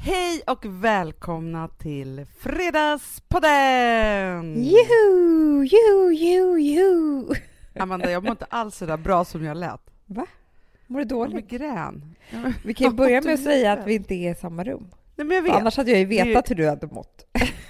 Hej och välkomna till Fredagspodden! Juhu! Amanda, jag mår inte alls så där bra som jag lät. Va? Mår du dåligt? Migrän. Vi kan ju börja med att säga att vi inte är i samma rum. Nej, men jag vet. Annars hade jag ju vetat hur du hade mått.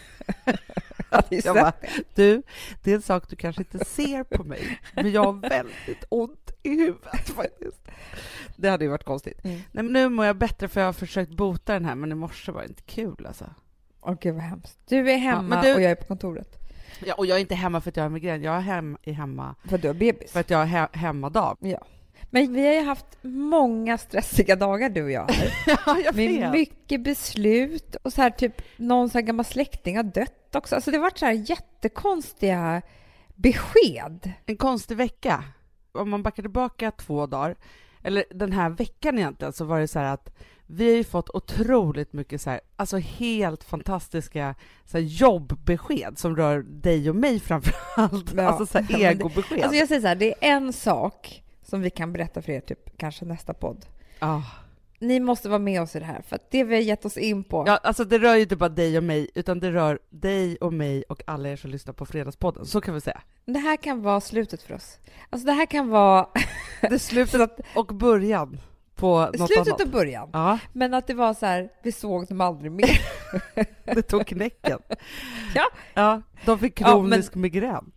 Du, det är en sak du kanske inte ser på mig, men jag har väldigt ont i huvudet faktiskt. Det hade ju vatt konstigt. Nej, men nu mår jag bättre för jag har försökt bota den här, men i morse var det inte kul alltså. Åh gud vad hemskt. Du är hemma och jag är på kontoret. Ja, och jag är inte hemma för att jag har migrän. Jag är hemma för att du har bebis. För att jag har hemmadag. Ja. Men vi har ju haft många stressiga dagar du och jag här. Ja, jag vet. Med mycket beslut och så här typ någon så här gammal släkting har dött också. Alltså det har varit så här jättekonstiga besked. En konstig vecka. Om man backar tillbaka 2 dagar, eller den här veckan egentligen, så var det så här att vi har ju fått otroligt mycket så här, alltså helt fantastiska så här jobbbesked som rör dig och mig framförallt. Ja, alltså så här egobesked. Alltså jag säger så här, det är en sak som vi kan berätta för er typ kanske nästa podd. Ni måste vara med oss i det här, för att det vi har gett oss in på. Ja, alltså det rör ju inte bara dig och mig, utan det rör dig och mig och alla er som lyssnar på Fredagspodden. Så kan vi säga. Det här kan vara slutet för oss. Alltså det här kan vara... Det är slutet och början på något slutet annat. Och början. Ja. Men att det var så här, vi såg dem aldrig mer. Det tog knäcken. Ja, de fick kronisk migrän.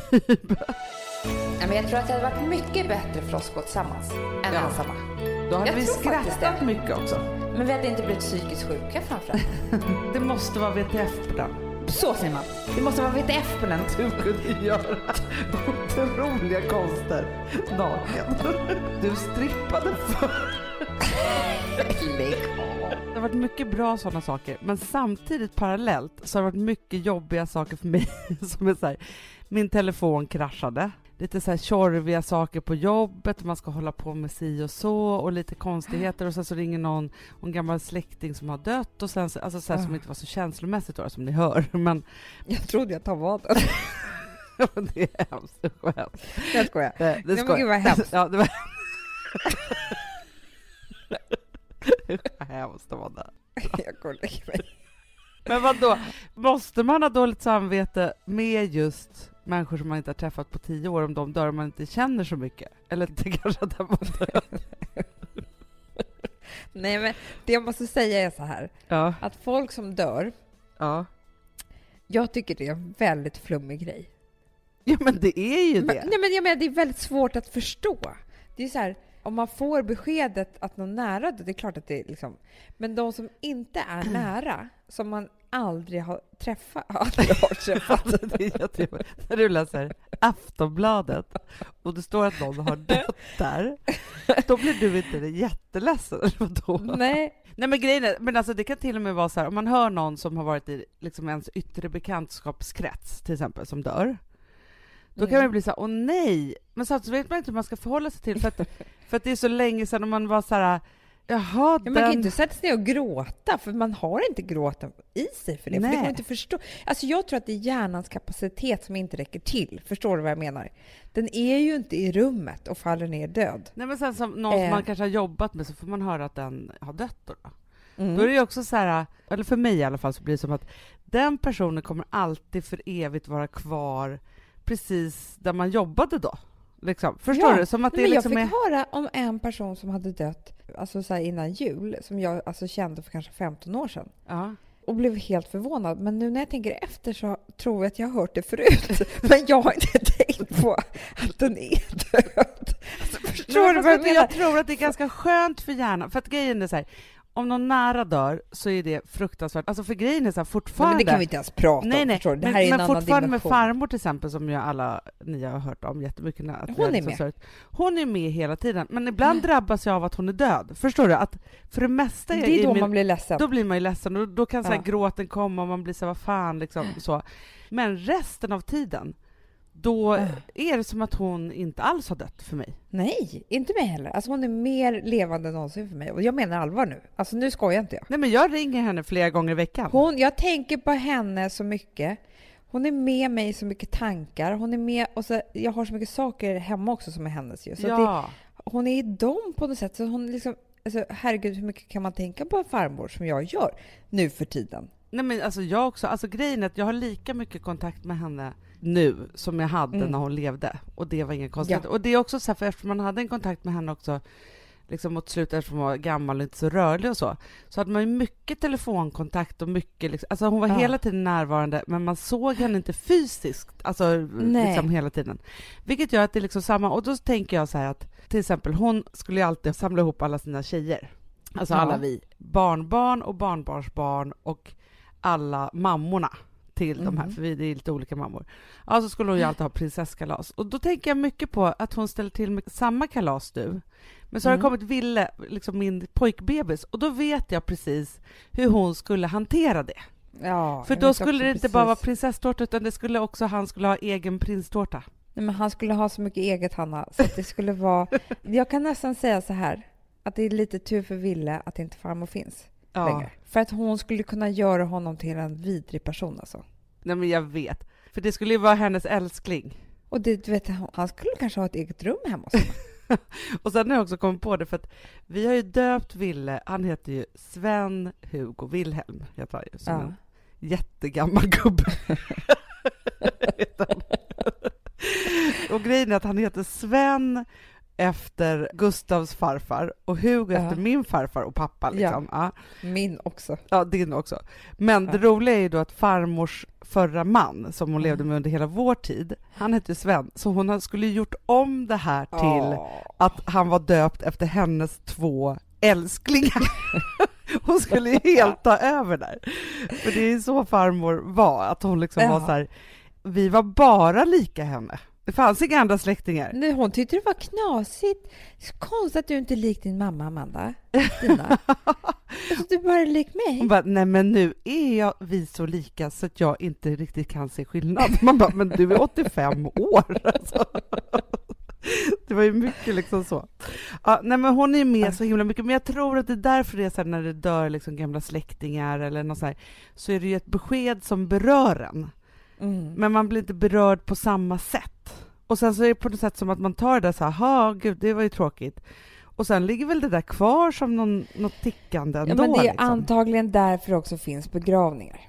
Men jag tror att det hade varit mycket bättre för oss att gå tillsammans än ensamma. Då hade vi skrattat mycket också. Men vi hade inte blivit psykiskt sjuka framförallt. Det måste vara VTF på den. Så säger man. Det måste vara VTF på den. Du kunde göra otroliga konster naken. Du strippade för. Det har varit mycket bra sådana saker, men samtidigt parallellt så har det varit mycket jobbiga saker för mig som är så här, min telefon kraschade. Lite så här tjorviga saker på jobbet, man ska hålla på med si och så och lite konstigheter, och sen så ringer någon en gammal släkting som har dött och sen alltså så här, som inte var så känslomässigt då, som ni hör, men jag trodde jag tar vaden. Det är hemskt. Jag skojar. Det men gud vad hemskt. Ja, det var hemskt att vara där. Jag går och lägger mig. Men vadå? Måste man ha dåligt samvete med just människor som man inte har träffat på 10 år om de dör och man inte känner så mycket? Eller det kanske att den var död? Nej, men det jag måste säga är så här. Ja. Att folk som dör, jag tycker det är en väldigt flummig grej. Ja, men det är ju det. Nej, men jag menar, det är väldigt svårt att förstå. Det är så här, om man får beskedet att någon nära, det är klart att det är liksom... Men de som inte är nära, som man aldrig har träffat... Det är jättejobbigt. När du läser Aftonbladet och det står att någon har dött där, då blir du inte jätteledsen. Nej. Nej, men grejen är, men alltså det kan till och med vara så här, om man hör någon som har varit i liksom ens yttre bekantskapskrets till exempel som dör, då kan man bli så här, åh nej, men så vet man inte hur man ska förhålla sig till, för att det är så länge sedan och man var så här, jaha, man kan inte sätta sig och gråta, för man har inte gråten i sig för det. För det kan man inte förstå. Alltså jag tror att det är hjärnans kapacitet som inte räcker till. Förstår du vad jag menar? Den är ju inte i rummet och faller ner död. Nej, men sen som någon som man kanske har jobbat med, så får man höra att den har dött då. Då är det ju också så här, eller för mig i alla fall, så blir det som att den personen kommer alltid för evigt vara kvar precis där man jobbade då. Liksom. Förstår du? Som att det men liksom jag fick höra om en person som hade dött alltså så här innan jul, som jag alltså kände för kanske 15 år sedan. Ja. Och blev helt förvånad. Men nu när jag tänker efter så tror jag att jag har hört det förut. Men jag har inte tänkt på att den är död. Alltså, förstår du vad jag menar? Jag tror att det är ganska skönt för hjärnan. För att grejen är så här, om någon nära dör så är det fruktansvärt. Alltså för grejen är så här, fortfarande... Men det kan vi inte ens prata om. Nej. Det här är en men annan fortfarande dimension. med farmor till exempel, som ju alla ni har hört om jättemycket. Hon är med. Hon är med hela tiden. Men ibland drabbas jag av att hon är död. Förstår du? Att för det mesta det är då man blir ledsen. Då blir man ju ledsen. Och då kan så här gråten komma och man blir så här, vad fan liksom så. Men resten av tiden, då är det som att hon inte alls har dött för mig. Nej, inte mig heller. Alltså hon är mer levande än någonsin för mig. Och jag menar allvar nu. Alltså nu skojar inte jag. Nej, men jag ringer henne flera gånger i veckan. Jag tänker på henne så mycket. Hon är med mig i så mycket tankar. Hon är med, och så, jag har så mycket saker hemma också som är hennes. Så hon är i dem på något sätt. Så hon liksom, Alltså, herregud, hur mycket kan man tänka på en farmor som jag gör nu för tiden? Nej, men alltså jag också. Alltså grejen är att jag har lika mycket kontakt med henne nu som jag hade när hon levde. Och det var ingen konstigt. Ja. Och det är också så här, för eftersom man hade en kontakt med henne också liksom mot slutet, eftersom hon var gammal och inte så rörlig och så hade man ju mycket telefonkontakt och mycket liksom, alltså hon var hela tiden närvarande, men man såg henne inte fysiskt, alltså liksom hela tiden. Vilket gör att det är liksom samma, och då tänker jag så här att till exempel hon skulle ju alltid samla ihop alla sina tjejer. Alltså alla vi barnbarn och barnbarnsbarn och alla mammorna till de här, för vi är lite olika mammor. Ja, så skulle hon ju alltid ha prinsesskalas. Och då tänker jag mycket på att hon ställer till med samma kalas nu. Men så har det kommit Ville, liksom min pojkbebis, och då vet jag precis hur hon skulle hantera det. Ja, för då skulle det inte bara vara prinsesstårta, utan det skulle också, han skulle ha egen prinstårta. Nej, men han skulle ha så mycket eget, Hanna, så att det skulle vara... Jag kan nästan säga så här, att det är lite tur för Ville att inte farmor finns längre. För att hon skulle kunna göra honom till en vidrig person alltså. Nej, men jag vet. För det skulle ju vara hennes älskling. Och det, du vet, han skulle kanske ha ett eget rum hemma hos henne. Och sen har jag också kommit på det, för att vi har ju döpt Ville, han heter ju Sven Hugo Wilhelm, heter han ju, som en jättegammal gubbe. Och grejen är att han heter Sven efter Gustavs farfar och Hugo efter min farfar och pappa. Liksom. Ja, min också. Ja, din också. Men det roliga är ju då att farmors förra man, som hon levde med under hela vår tid, han hette Sven. Så hon skulle gjort om det här till att han var döpt efter hennes 2 älsklingar. Hon skulle ju helt ta över där. För det är så farmor var, att hon liksom var så här, vi var bara lika henne. Det fanns inga andra släktingar. Nej, hon tyckte det var knasigt. Så konstigt att du inte är lik din mamma, Amanda. Stina. Alltså, du är bara lik mig. Hon bara, nej men nu är vi så lika så att jag inte riktigt kan se skillnad. Man bara, men du är 85 år. Alltså. Det var ju mycket liksom så. Ja, nej, men hon är med så himla mycket. Men jag tror att det är därför det är så här, när det dör liksom gamla släktingar eller något så här, så är det ju ett besked som berör en. Men man blir inte berörd på samma sätt. Och sen så är det på något sätt som att man tar det där så här, gud, det var ju tråkigt. Och sen ligger väl det där kvar som något tickande ändå. Ja, men det är liksom antagligen därför också finns begravningar.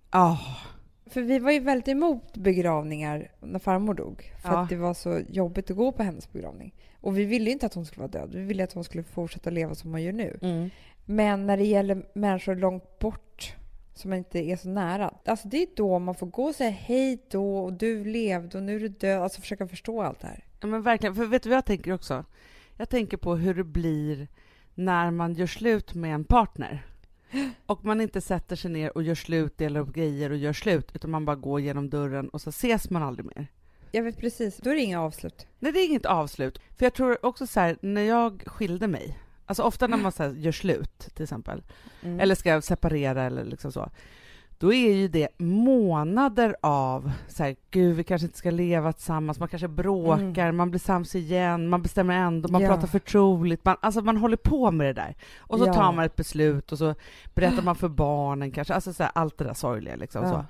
För vi var ju väldigt emot begravningar när farmor dog. För att det var så jobbigt att gå på hennes begravning. Och vi ville ju inte att hon skulle vara död. Vi ville att hon skulle fortsätta leva som hon gör nu. Men när det gäller människor långt bort som inte är så nära. Alltså det är då man får gå och säga hej då, och du levde och nu är du död. Alltså försöka förstå allt det här. Ja, men verkligen. För vet du vad jag tänker också? Jag tänker på hur det blir när man gör slut med en partner. Och man inte sätter sig ner och gör slut, delar upp grejer och gör slut. Utan man bara går genom dörren och så ses man aldrig mer. Jag vet precis. Då är det inga avslut. Nej, det är inget avslut. För jag tror också så här, när jag skilde mig. Alltså ofta när man så här, gör slut till exempel. Eller ska separera eller liksom så. Då är ju det månader av så här, gud, vi kanske inte ska leva tillsammans. Man kanske bråkar, man blir sams igen, man bestämmer ändå, man pratar förtroligt. Man håller på med det där. Och så tar man ett beslut och så berättar man för barnen kanske. Alltså så här, allt det där sorgliga liksom så.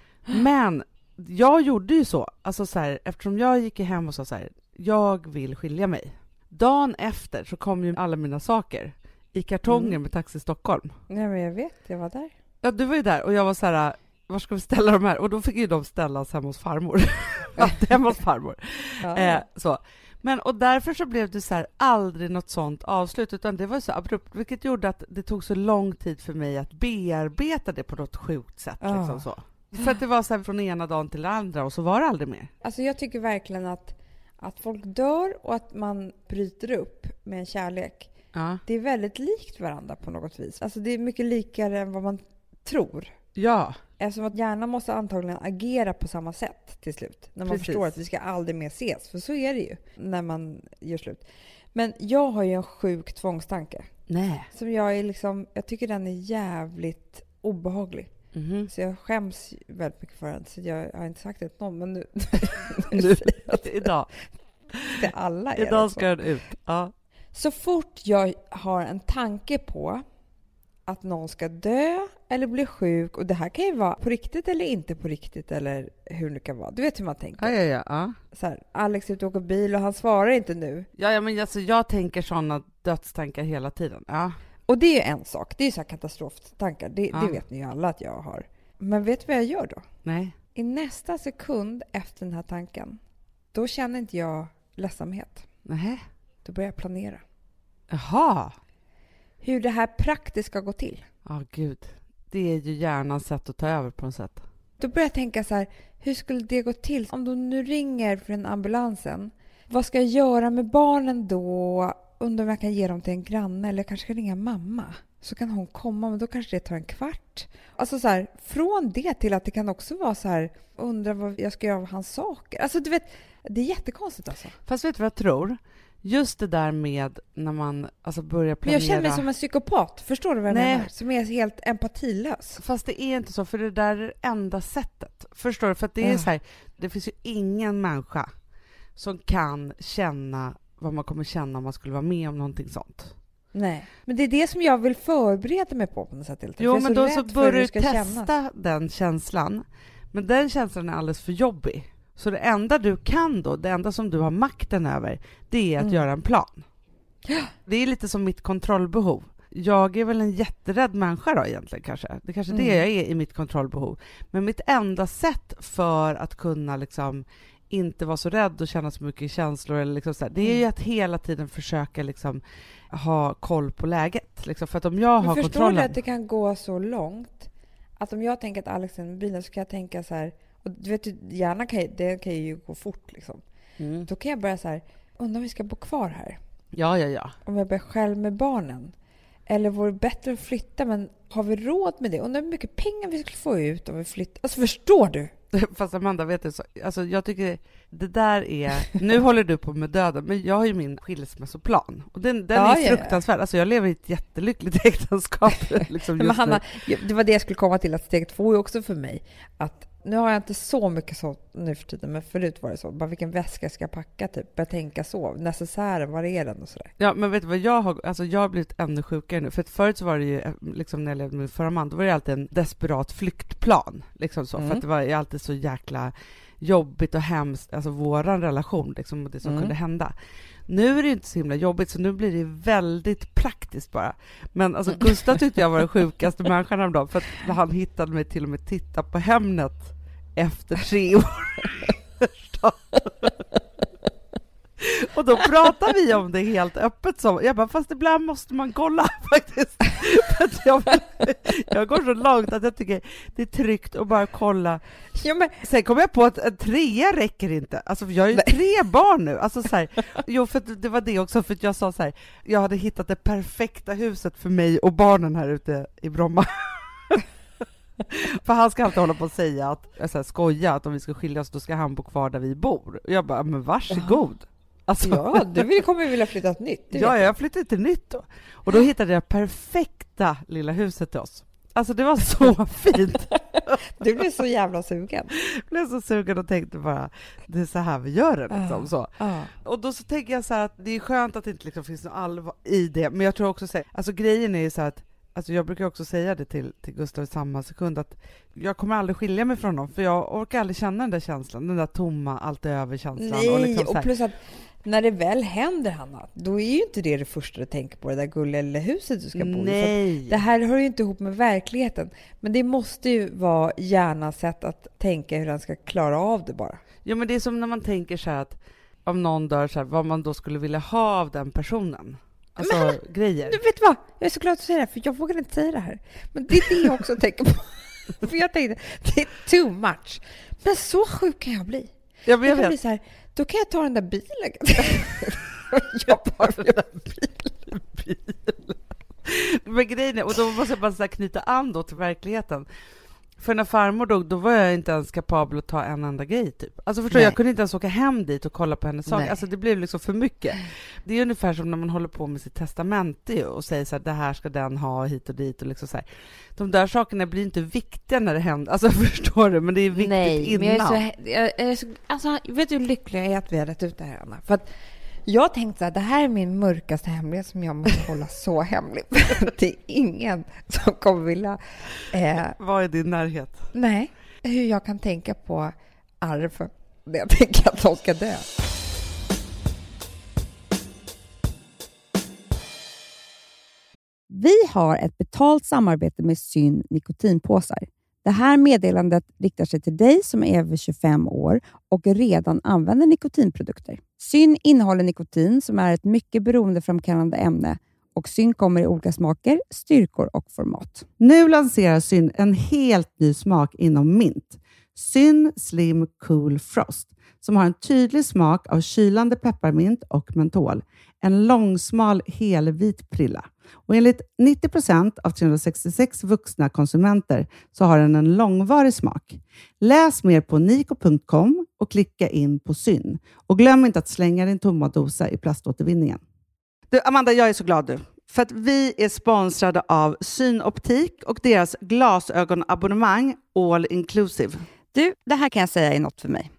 Men jag gjorde ju så. Alltså så här, eftersom jag gick hem och sa så här, jag vill skilja mig. Dagen efter så kom ju alla mina saker i kartonger med Taxi Stockholm. Nej, men jag vet, jag var där. Ja, du var ju där och jag var så här, var ska vi ställa de här? Och då fick ju de ställas hemma hos farmor. Hemma hos farmor. Så. Men, och därför så blev det så här, aldrig något sånt avslut, utan det var så abrupt, vilket gjorde att det tog så lång tid för mig att bearbeta det på något sjukt sätt. Liksom så. För att det var så här från ena dagen till den andra och så var det aldrig mer. Alltså jag tycker verkligen att folk dör och att man bryter upp med en kärlek. Det är väldigt likt varandra på något vis. Alltså det är mycket likare än vad man tror. Ja. Eftersom att hjärnan måste antagligen agera på samma sätt till slut. När man förstår att vi ska aldrig mer ses. För så är det ju när man gör slut. Men jag har ju en sjuk tvångstanke. Nej. Som jag tycker den är jävligt obehaglig. Så jag skäms väldigt mycket för den. Så jag har inte sagt det till någon. Men nu idag. Det alla är idag ska den ut. Ja. Så fort jag har en tanke på att någon ska dö eller bli sjuk. Och det här kan ju vara på riktigt eller inte på riktigt, eller hur det kan vara. Du vet hur man tänker. Ja. Så här, Alex är ute och åker bil och han svarar inte nu. Ja, men alltså, jag tänker sådana dödstankar hela tiden. Ja. Och det är ju en sak. Det är ju så här katastroftankar. Det vet ni ju alla att jag har. Men vet du vad jag gör då? Nej. I nästa sekund efter den här tanken, då känner inte jag ledsamhet. Nej. Då börjar jag planera. Jaha. Hur det här praktiskt ska gå till. Ja, gud. Det är ju hjärnans sätt att ta över på något sätt. Då börjar jag tänka så här, hur skulle det gå till? Om de nu ringer för en ambulansen, vad ska jag göra med barnen då? Undrar om jag kan ge dem till en granne eller kanske ska ringa mamma. Så kan hon komma, men då kanske det tar en kvart. Alltså så här, från det till att det kan också vara så här, undra vad jag ska göra av hans saker. Alltså du vet, det är jättekonstigt alltså. Fast vet du vad jag tror? Just det där med när man alltså börjar planera. Men jag känner mig som en psykopat, förstår du vad jag menar? Som är helt empatilös. Fast det är inte så, för det där är det enda sättet. Förstår du? För att det är så här, det finns ju ingen människa som kan känna vad man kommer känna om man skulle vara med om någonting sånt. Nej, men det är det som jag vill förbereda mig på något sätt. Jo, men då så börjar du testa den känslan. Men den känslan är alldeles för jobbig. Så det enda du kan då, det enda som du har makten över, det är att göra en plan. Det är lite som mitt kontrollbehov. Jag är väl en jätterädd människa då egentligen kanske. Det är kanske det jag är i mitt kontrollbehov. Men mitt enda sätt för att kunna liksom inte vara så rädd och känna så mycket känslor eller liksom så här, det är ju att hela tiden försöka liksom ha koll på läget. Liksom, för att om jag har förstår kontrollen... du att det kan gå så långt att om jag tänker att Alex är med bilen så kan jag tänka så här, och du vet, gärna det kan ju gå fort liksom. Då kan jag börja så här, undrar om vi ska bo kvar här. Ja. Om jag blir själv med barnen. Eller vore det bättre att flytta, men har vi råd med det? Undrar hur mycket pengar vi skulle få ut om vi flyttar. Alltså förstår du? Fast Amanda, vet du, så, alltså jag tycker det där är... Nu håller du på med döden, men jag har ju min skilsmässoplan. Och den är fruktansvärd. Alltså jag lever i ett jättelyckligt äktenskap. Liksom just men Hanna, det var det jag skulle komma till, att steg 2 är också för mig. Att nu har jag inte så mycket så nu för tiden, men förut var det så. Bara vilken väska ska jag packa, typ. Börja tänka så. Necessären, var är den och sådär. Ja, men vet du vad jag har blivit ännu sjukare nu. För att förut så var det ju, liksom när jag levde med förra man, då var det alltid en desperat flyktplan. Liksom så. För att det var alltid så jäkla jobbigt och hemskt. Alltså våran relation, liksom, och det som kunde hända. Nu är det inte så himla jobbigt, så nu blir det väldigt praktiskt bara. Men alltså Gustav tyckte jag var den sjukaste människan av dem, för att han hittade mig till och med titta på Hemnet efter 3 år. Och då pratar vi om det helt öppet. Så jag bara, fast ibland måste man kolla faktiskt. För att jag går så långt att jag tycker det är tryggt att bara kolla. Ja, men... Sen kom jag på att en 3 räcker inte. Alltså jag har ju 3 barn nu. Alltså, så här, jo, för det var det också. För att jag sa så här, jag hade hittat det perfekta huset för mig och barnen här ute i Bromma. För han ska alltid hålla på att säga att, så här, skoja att om vi ska skiljas då ska han bo kvar där vi bor. Och jag bara, men varsågod. Alltså. Ja, du kommer vilja flytta ett nytt. Ja, jag flyttade till nytt då. Och då hittade jag perfekta lilla huset till oss. Alltså det var så fint. Du blev så jävla sugen. Jag blev så sugen och tänkte bara, det är så här vi gör det. Liksom, så. Och då så tänker jag så här att det är skönt att det inte liksom finns något allvar i det. Men jag tror också så här, alltså grejen är ju så här att, alltså jag brukar också säga det till Gustav i samma sekund, att jag kommer aldrig skilja mig från dem, för jag orkar aldrig känna den där känslan, den där tomma, allt över känslan. Nej, och, liksom och plus att när det väl händer, Hanna, då är ju inte det första du tänker på, det där gulliga lilla huset du ska bo i. Nej. Det här hör ju inte ihop med verkligheten. Men det måste ju vara hjärnans sätt att tänka hur den ska klara av det bara. Ja, men det är som när man tänker så här att om någon dör, så här, vad man då skulle vilja ha av den personen. Alltså men, grejer. Du vet vad? Jag är så glad att du säger det, för jag vågar inte säga det här. Men det är det jag också tänker på. För jag tänkte, det är too much. Men så sjuk kan jag bli. Ja, men jag kan bli så här, då kan jag ta den där bilen. Jag bara den där bilen. Men grejen är, och då måste jag bara så här knyta an då till verkligheten. För när farmor dog, då var jag inte ens kapabel att ta en enda grej typ. Alltså förstår jag kunde inte ens åka hem dit och kolla på hennes saker. Alltså det blev liksom för mycket. Det är ungefär som när man håller på med sitt testamente och säger så här, det här ska den ha hit och dit och liksom så här. De där sakerna blir inte viktiga när det händer. Alltså förstår du, men det är viktigt innan. Men jag är så, alltså vet du hur lycklig jag är att vi har rätt ut det här, Anna? För att Jag tänkte så här, det här är min mörkaste hemlighet som jag måste hålla så hemlig. Det är ingen som kommer vilja... Vad är din närhet? Nej, hur jag kan tänka på arv. Jag tänker att de ska dö. Vi har ett betalt samarbete med Syn nikotinpåsar. Det här meddelandet riktar sig till dig som är över 25 år och redan använder nikotinprodukter. Syn innehåller nikotin som är ett mycket beroendeframkallande ämne och Syn kommer i olika smaker, styrkor och format. Nu lanserar Syn en helt ny smak inom mint. Syn Slim Cool Frost som har en tydlig smak av kylande pepparmint och mentol. En långsmal helvit prilla. Och enligt 90% av 366 vuxna konsumenter så har den en långvarig smak. Läs mer på niko.com och klicka in på Syn. Och glöm inte att slänga din tomma dosa i plaståtervinningen. Du, Amanda, jag är så glad du. För att vi är sponsrade av Synoptik och deras glasögonabonnemang All Inclusive. Du, det här kan jag säga är något för mig.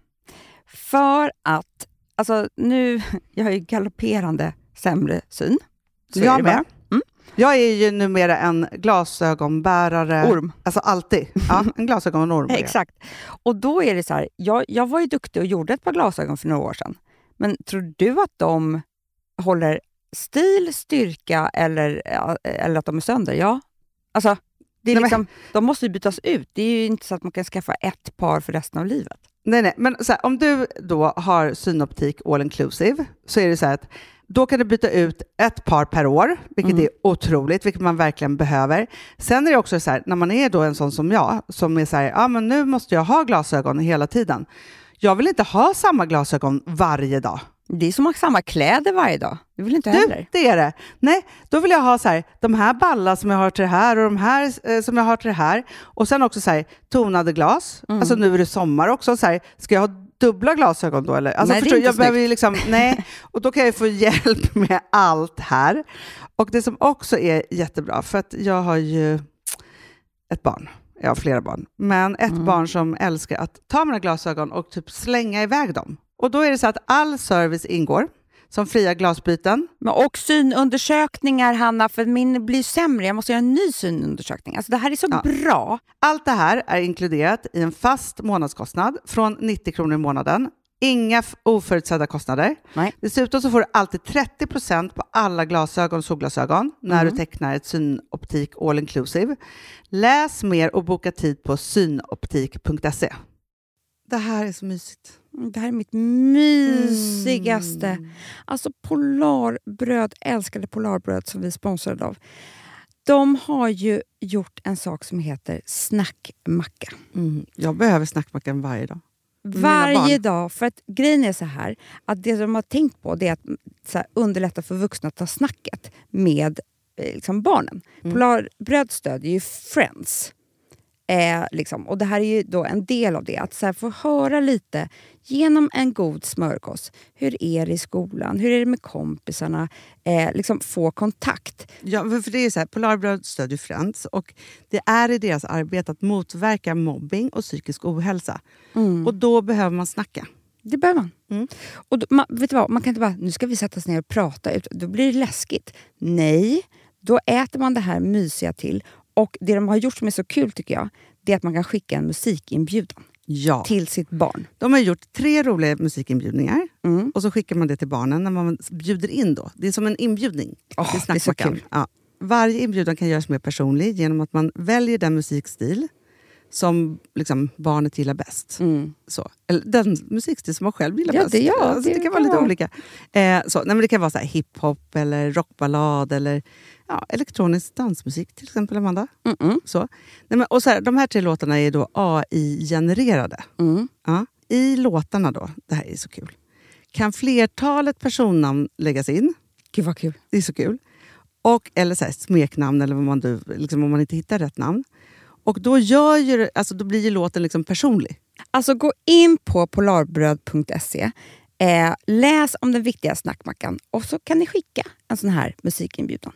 För att, alltså nu, jag har ju galopperande sämre syn. Så jag med. Jag är ju numera en glasögonbärare. Orm. Alltså alltid. Ja, en glasögonorm. Exakt. Och då är det så här, jag var ju duktig och gjorde ett par glasögon för några år sedan. Men tror du att de håller stil, styrka eller att de är sönder? Ja. Alltså, det är liksom, de måste ju bytas ut. Det är ju inte så att man kan skaffa ett par för resten av livet. Nej. Men så här, om du då har Synoptik All Inclusive så är det så här att då kan du byta ut ett par per år, vilket är otroligt, vilket man verkligen behöver. Sen är det också så här, när man är då en sån som jag, som är så här, men nu måste jag ha glasögon hela tiden. Jag vill inte ha samma glasögon varje dag. Det är som att ha samma kläder varje dag. Det vill inte heller. Det är det. Nej, då vill jag ha så här, de här ballar som jag har till det här och de här som jag har till det här. Och sen också så här, tonade glas. Alltså nu är det sommar också. Så här, ska jag ha dubbla glasögon då? Eller? Alltså, nej, förstår, jag behöver ju liksom, nej. Och då kan jag få hjälp med allt här. Och det som också är jättebra, för att jag har ju ett barn. Jag har flera barn. Men ett barn som älskar att ta mina glasögon och typ slänga iväg dem. Och då är det så att all service ingår. Som fria glasbyten. Och synundersökningar, Hanna, för min blir sämre. Jag måste göra en ny synundersökning. Alltså det här är så bra. Allt det här är inkluderat i en fast månadskostnad från 90 kronor i månaden. Inga oförutsedda kostnader. Nej. Dessutom så får du alltid 30% på alla glasögon och solglasögon när du tecknar ett Synoptik All Inclusive. Läs mer och boka tid på synoptik.se. Det här är så mysigt. Det här är mitt mysigaste. Alltså Polarbröd, älskade Polarbröd som vi sponsrade av. De har ju gjort en sak som heter snackmacka. Jag behöver snackmackan varje dag. Varje dag, för att grejen är så här att det de har tänkt på det är att så här, underlätta för vuxna att ta snacket med liksom barnen. Polarbröd stödjer ju Friends. Liksom. Och det här är ju då en del av det. Att så här, få höra lite genom en god smörgås. Hur är det i skolan? Hur är det med kompisarna? Liksom få kontakt. Ja, för det är så här, Polarbröd stödjer Friends och det är i deras arbete att motverka mobbing och psykisk ohälsa. Och då behöver man snacka. Det behöver man. Och då, vet du vad? Man kan inte bara, nu ska vi sätta oss ner och prata. Då blir det läskigt. Nej, då äter man det här mysiga till. Och det de har gjort som är så kul tycker jag, det är att man kan skicka en musikinbjudan till sitt barn. De har gjort 3 roliga musikinbjudningar och så skickar man det till barnen när man bjuder in då. Det är som en inbjudning till snackmackan. Det är så kul. Ja. Varje inbjudan kan göras mer personlig genom att man väljer den musikstil som liksom barnet gillar bäst. Så. Eller den musikstil som man själv gillar bäst. Alltså, det kan vara lite olika. Nej, men det kan vara så här hiphop eller rockballad eller elektronisk dansmusik till exempel, Amanda. Så. Nej, men, och så här, de här 3 låtarna är då AI-genererade. Ja. I låtarna då, det här är så kul, kan flertalet personnamn läggas in. Gud vad kul. Det är så kul. Och, eller så här, smeknamn eller vad man, liksom, om man inte hittar rätt namn. Och då, då blir ju låten liksom personlig. Alltså gå in på polarbröd.se. Läs om den viktiga snackmackan. Och så kan ni skicka en sån här musikinbjudan.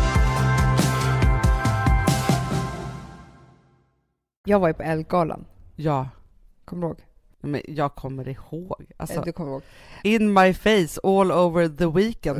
Jag var ju på Ellegalan. Ja. Kommer du ihåg? Men jag kommer ihåg. Alltså, Du kommer ihåg. In my face all over the weekend.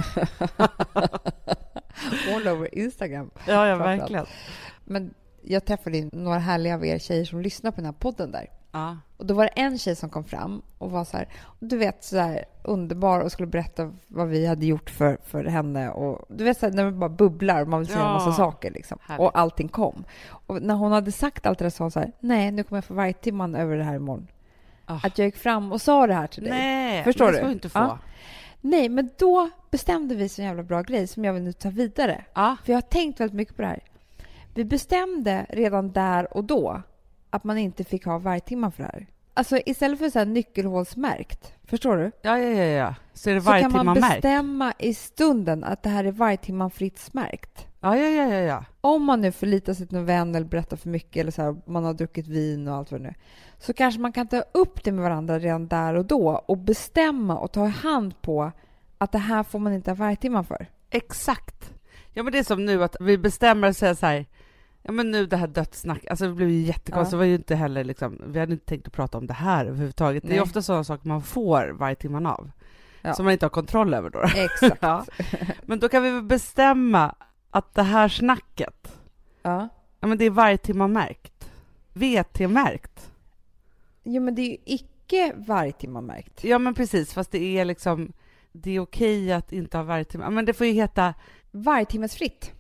All over Instagram. Ja, verkligen. Men jag träffade några härliga av er tjejer som lyssnar på den här podden där. Ja. Och då var det en tjej som kom fram och var så här, du vet, så här underbar och skulle berätta vad vi hade gjort för henne. Och du vet, så här, när man bara bubblar och man vill säga en massa saker. Liksom. Och allting kom. Och när hon hade sagt allt det där sa hon så här, nej, nu kommer jag få varje timman över det här imorgon. Att jag gick fram och sa det här till dig. Nej, förstår du? Det ska du inte få. Ja. Nej, men då bestämde vi så jävla bra grej som jag vill nu ta vidare. Ja. För jag har tänkt väldigt mycket på det här. Vi bestämde redan där och då att man inte fick ha vargtimmar för det här. Alltså istället för så här nyckelhålsmärkt, förstår du? Ja. Så är det så kan man vargtimman-märkt. bestämma i stunden att det här är vargtimman fritt-märkt. Ja. Om man nu förlitar sig till någon vän eller berättar för mycket eller så här, man har druckit vin och allt vad det nu, så kanske man kan ta upp det med varandra redan där och då och bestämma och ta i hand på att det här får man inte ha vargtimmar för. Exakt. Ja, men det är som nu att vi bestämmer och säger så här, ja men nu det här dödssnack, alltså det blev ju jättekonstigt, det var ju inte heller liksom, vi hade inte tänkt att prata om det här överhuvudtaget. Nej. Det är ofta sådana saker man får varje timman av, som man inte har kontroll över då. Exakt. Ja. Men då kan vi väl bestämma att det här snacket, ja men det är varje timman märkt. VT-märkt. Jo, men det är ju icke vargtimman märkt. Ja, men precis, fast det är liksom, det är okej att inte ha vargtimmar. Men det får ju heta vargtimmesfritt.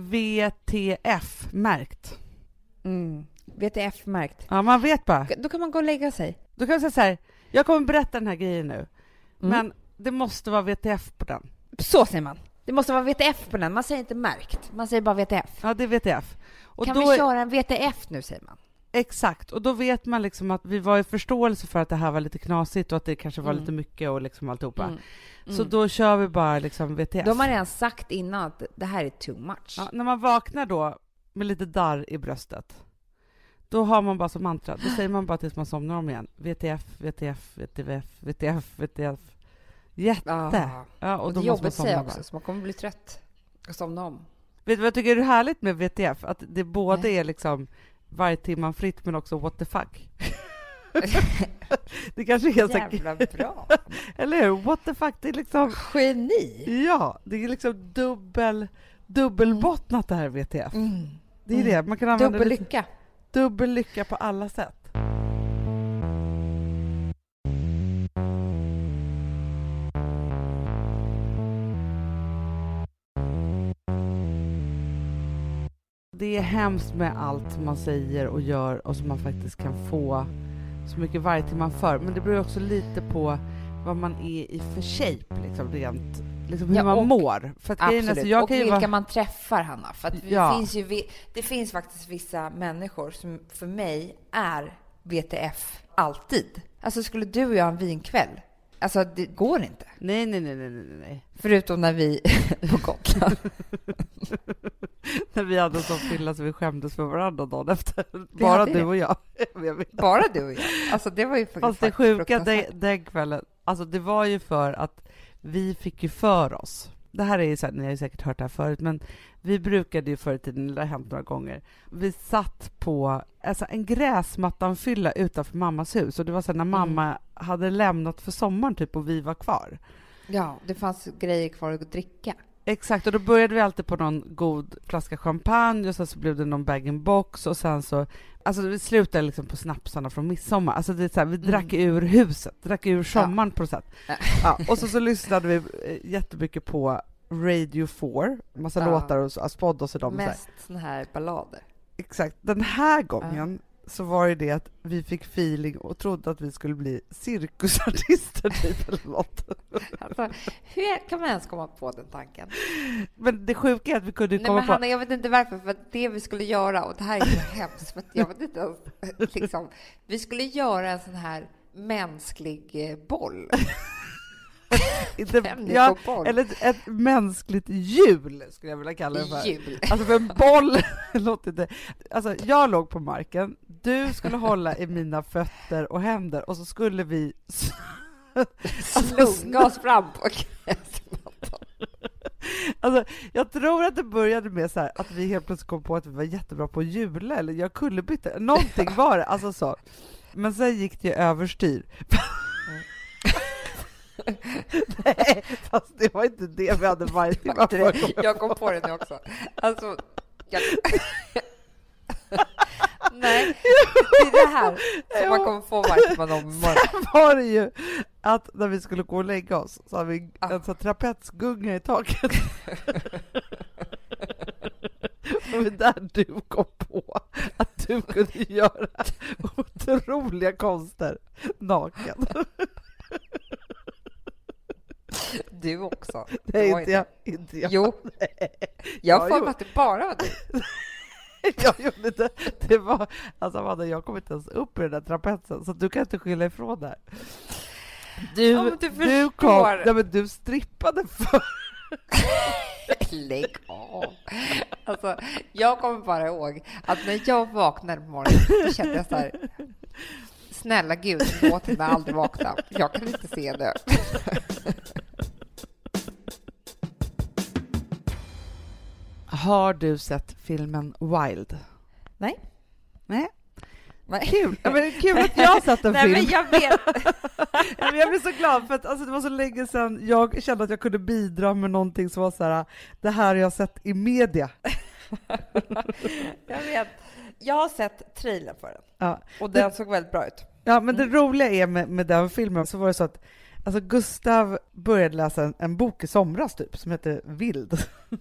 VTF-märkt. VTF-märkt. Ja, man vet bara. Då kan man gå och lägga sig. Då kan man säga så här, jag kommer berätta den här grejen nu. Men det måste vara VTF på den. Så säger man. Det måste vara VTF på den. Man säger inte märkt. Man säger bara VTF. Ja, det är VTF. Och kan då vi köra en VTF nu, säger man. Exakt, och då vet man liksom att vi var i förståelse för att det här var lite knasigt och att det kanske var lite mycket och liksom alltihopa. Så då kör vi bara liksom VTF. De har man redan sagt innan att det här är too much. Ja, när man vaknar då med lite darr i bröstet, då har man bara som mantra, då säger man bara tills man somnar om igen. VTF, VTF, VTF, VTF, VTF. Jätte. Ja, och det är jobbigt att säga också, så man kommer bli trött och somna om. Vet du vad jag tycker är härligt med VTF? Att det både är liksom varje timman fritt, men också what the fuck. Det kanske är jävla bra. Eller hur? What the fuck, det är liksom geni. Ja, det är liksom dubbelbottnat det här VTF. Det är det man kan använda. Dubbellycka. Dubbellycka på alla sätt. Det är hemskt med allt man säger och gör och som man faktiskt kan få så mycket varje timme man för. Men det beror också lite på vad man är i för shape, liksom, rent, liksom hur man mår. För att absolut. Alltså, jag och kan vilka man träffar, Hanna. För att det finns faktiskt vissa människor som för mig är VTF alltid. Alltså skulle du och jag ha en vinkväll, alltså det går inte. Nej. Förutom när vi på Gotland. När vi hade en sån fylla så vi skämdes för varandra dagen efter. Bara du och jag. Bara du och jag. Alltså det var ju fast det sjuka den kvällen, alltså det var ju för att vi fick ju för oss. Det här är ju så här, ni har ju säkert hört det här förut, men vi brukade ju förr i tiden, det har hänt några gånger. Vi satt på alltså en gräsmattanfylla utanför mammas hus, och det var så här när mamma hade lämnat för sommaren typ och vi var kvar. Ja, det fanns grejer kvar att dricka. Exakt, och då började vi alltid på någon god flaska champagne och sen så blev det någon bag-in-box och sen så, alltså vi slutade liksom på snapsarna från midsommar. Alltså det är så här, vi drack ur huset, drack ur sommaren på något sätt. Ja, och så lyssnade vi jättemycket på Radio 4, massa låtar och Aspod och så de. Mest såna här ballader. Exakt, den här gången så var det att vi fick feeling och trodde att vi skulle bli cirkusartister typ eller något. Alltså, hur kan man ens komma på den tanken? Men det sjuka är att vi kunde komma på... Hanna, jag vet inte varför, för att det vi skulle göra, och det här är så hemskt, för att jag vet inte ens, liksom, vi skulle göra en sån här mänsklig boll. Eller ett mänskligt hjul skulle jag vilja kalla det för. Hjul. Alltså för en boll låter det. Alltså jag låg på marken, du skulle hålla i mina fötter och händer och så skulle vi slunga oss fram på gräsmattan. Alltså, jag tror att det började med så här, att vi helt plötsligt kom på att vi var jättebra på att jula, eller jag kunde byta, någonting var det, alltså så. Men sen gick det ju överstyr. Nej, fast det var inte det vi hade varje timme. Jag kom på det nu också. Alltså, nej, det är det här som man kommer få varje timme om morgonen. Sen var det ju att när vi skulle gå och lägga oss så hade vi en sån trapetsgunga i taket. Och där du kom på att du kunde göra otroliga konster naken. Du också. Nej, inte jag. Jo, jag får att det bara var du. Jag gjorde det. Det var, alltså Amanda, jag kom inte ens upp i den där trapetsen, så du kan inte skylla ifrån där. Du kom, nej, men du strippade för. Lägg av. Alltså, jag kommer bara ihåg att när jag vaknade på morgonen, då kände jag så här: snälla Gud, låt mig aldrig vakna. Jag kan inte se det. Har du sett filmen Wild? Nej. Kul. Ja, men det är kul att jag har sett en film. Men jag vet. Jag blev så glad för att alltså, det var så länge sedan jag kände att jag kunde bidra med någonting som var så här: det här jag har sett i media. Jag vet. Jag har sett trailern för den. Ja. Och den såg väldigt bra ut. Ja, men det roliga är med den filmen, så var det så att alltså Gustav började läsa en bok i somras typ, som heter Vild.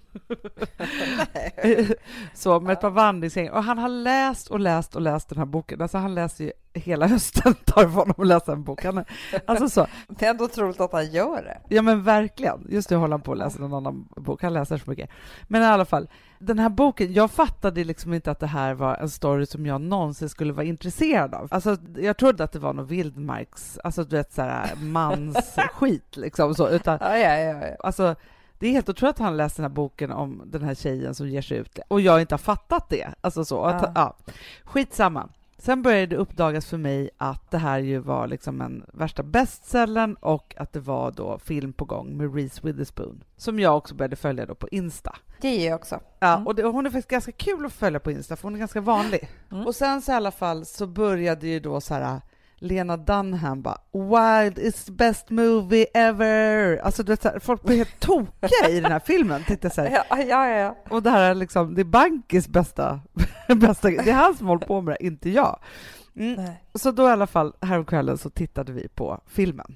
Så med ett par vandringsgäng. Och han har läst den här boken. Alltså han läser ju hela hösten, tar för honom att läsa en bok. Alltså så. Det är ändå otroligt att han gör det. Ja, men verkligen. Just nu håller han på att läsa en annan bok. Han läser så mycket. Men i alla fall, den här boken, jag fattade liksom inte att det här var en story som jag någonsin skulle vara intresserad av. Alltså, jag trodde att det var någon vildmarks, alltså du vet såhär mans skit liksom så. Utan, ja. Alltså, det är helt otroligt att han läser den här boken om den här tjejen som ger sig ut. Och jag inte har fattat det. Alltså så. Att, ja. Skitsamma. Sen började det uppdagas för mig att det här ju var liksom en värsta bestsellern, och att det var då film på gång med Reese Witherspoon, som jag också började följa då på Insta. Det gör jag också. Ja, och hon är faktiskt ganska kul att följa på Insta, för hon är ganska vanlig. Och sen så i alla fall så började ju då så här Lena Dunham bara, Wild is the best movie ever. Alltså du vet, så här, folk blir helt tokiga i den här filmen, tyckte så här. Ja. Och det här är liksom, det är Bankis bästa, det är han som håller på med det, inte jag. Så då i alla fall häromkvällen så tittade vi på filmen.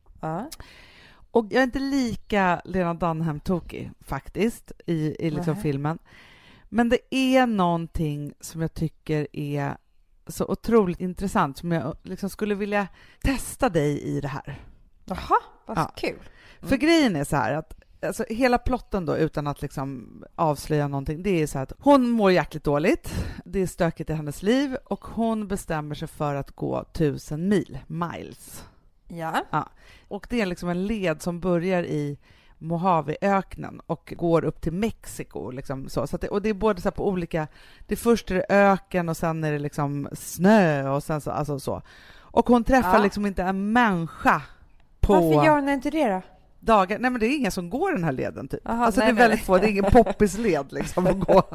Och jag är inte lika Lena Dunham-tokig faktiskt i liksom filmen. Men det är någonting som jag tycker är så otroligt intressant, som jag liksom skulle vilja testa dig i det här. Jaha, vad kul. För grejen är så här att alltså, hela plotten då, utan att liksom avslöja någonting, det är så här att hon mår jäkligt dåligt, det är stökigt i hennes liv, och hon bestämmer sig för att gå 1000 miles. Ja. Och det är liksom en led som börjar i Mojaveöknen och går upp till Mexiko liksom så att det, och det är både så här på olika, det först är det öken och sen är det liksom snö och sen så, alltså så, och hon träffar liksom inte en människa på Varför gör hon inte det då? Dagar. Nej, men det är ingen som går den här leden typ. Aha, alltså nej, det är väldigt få, det är ingen poppisled liksom att gå.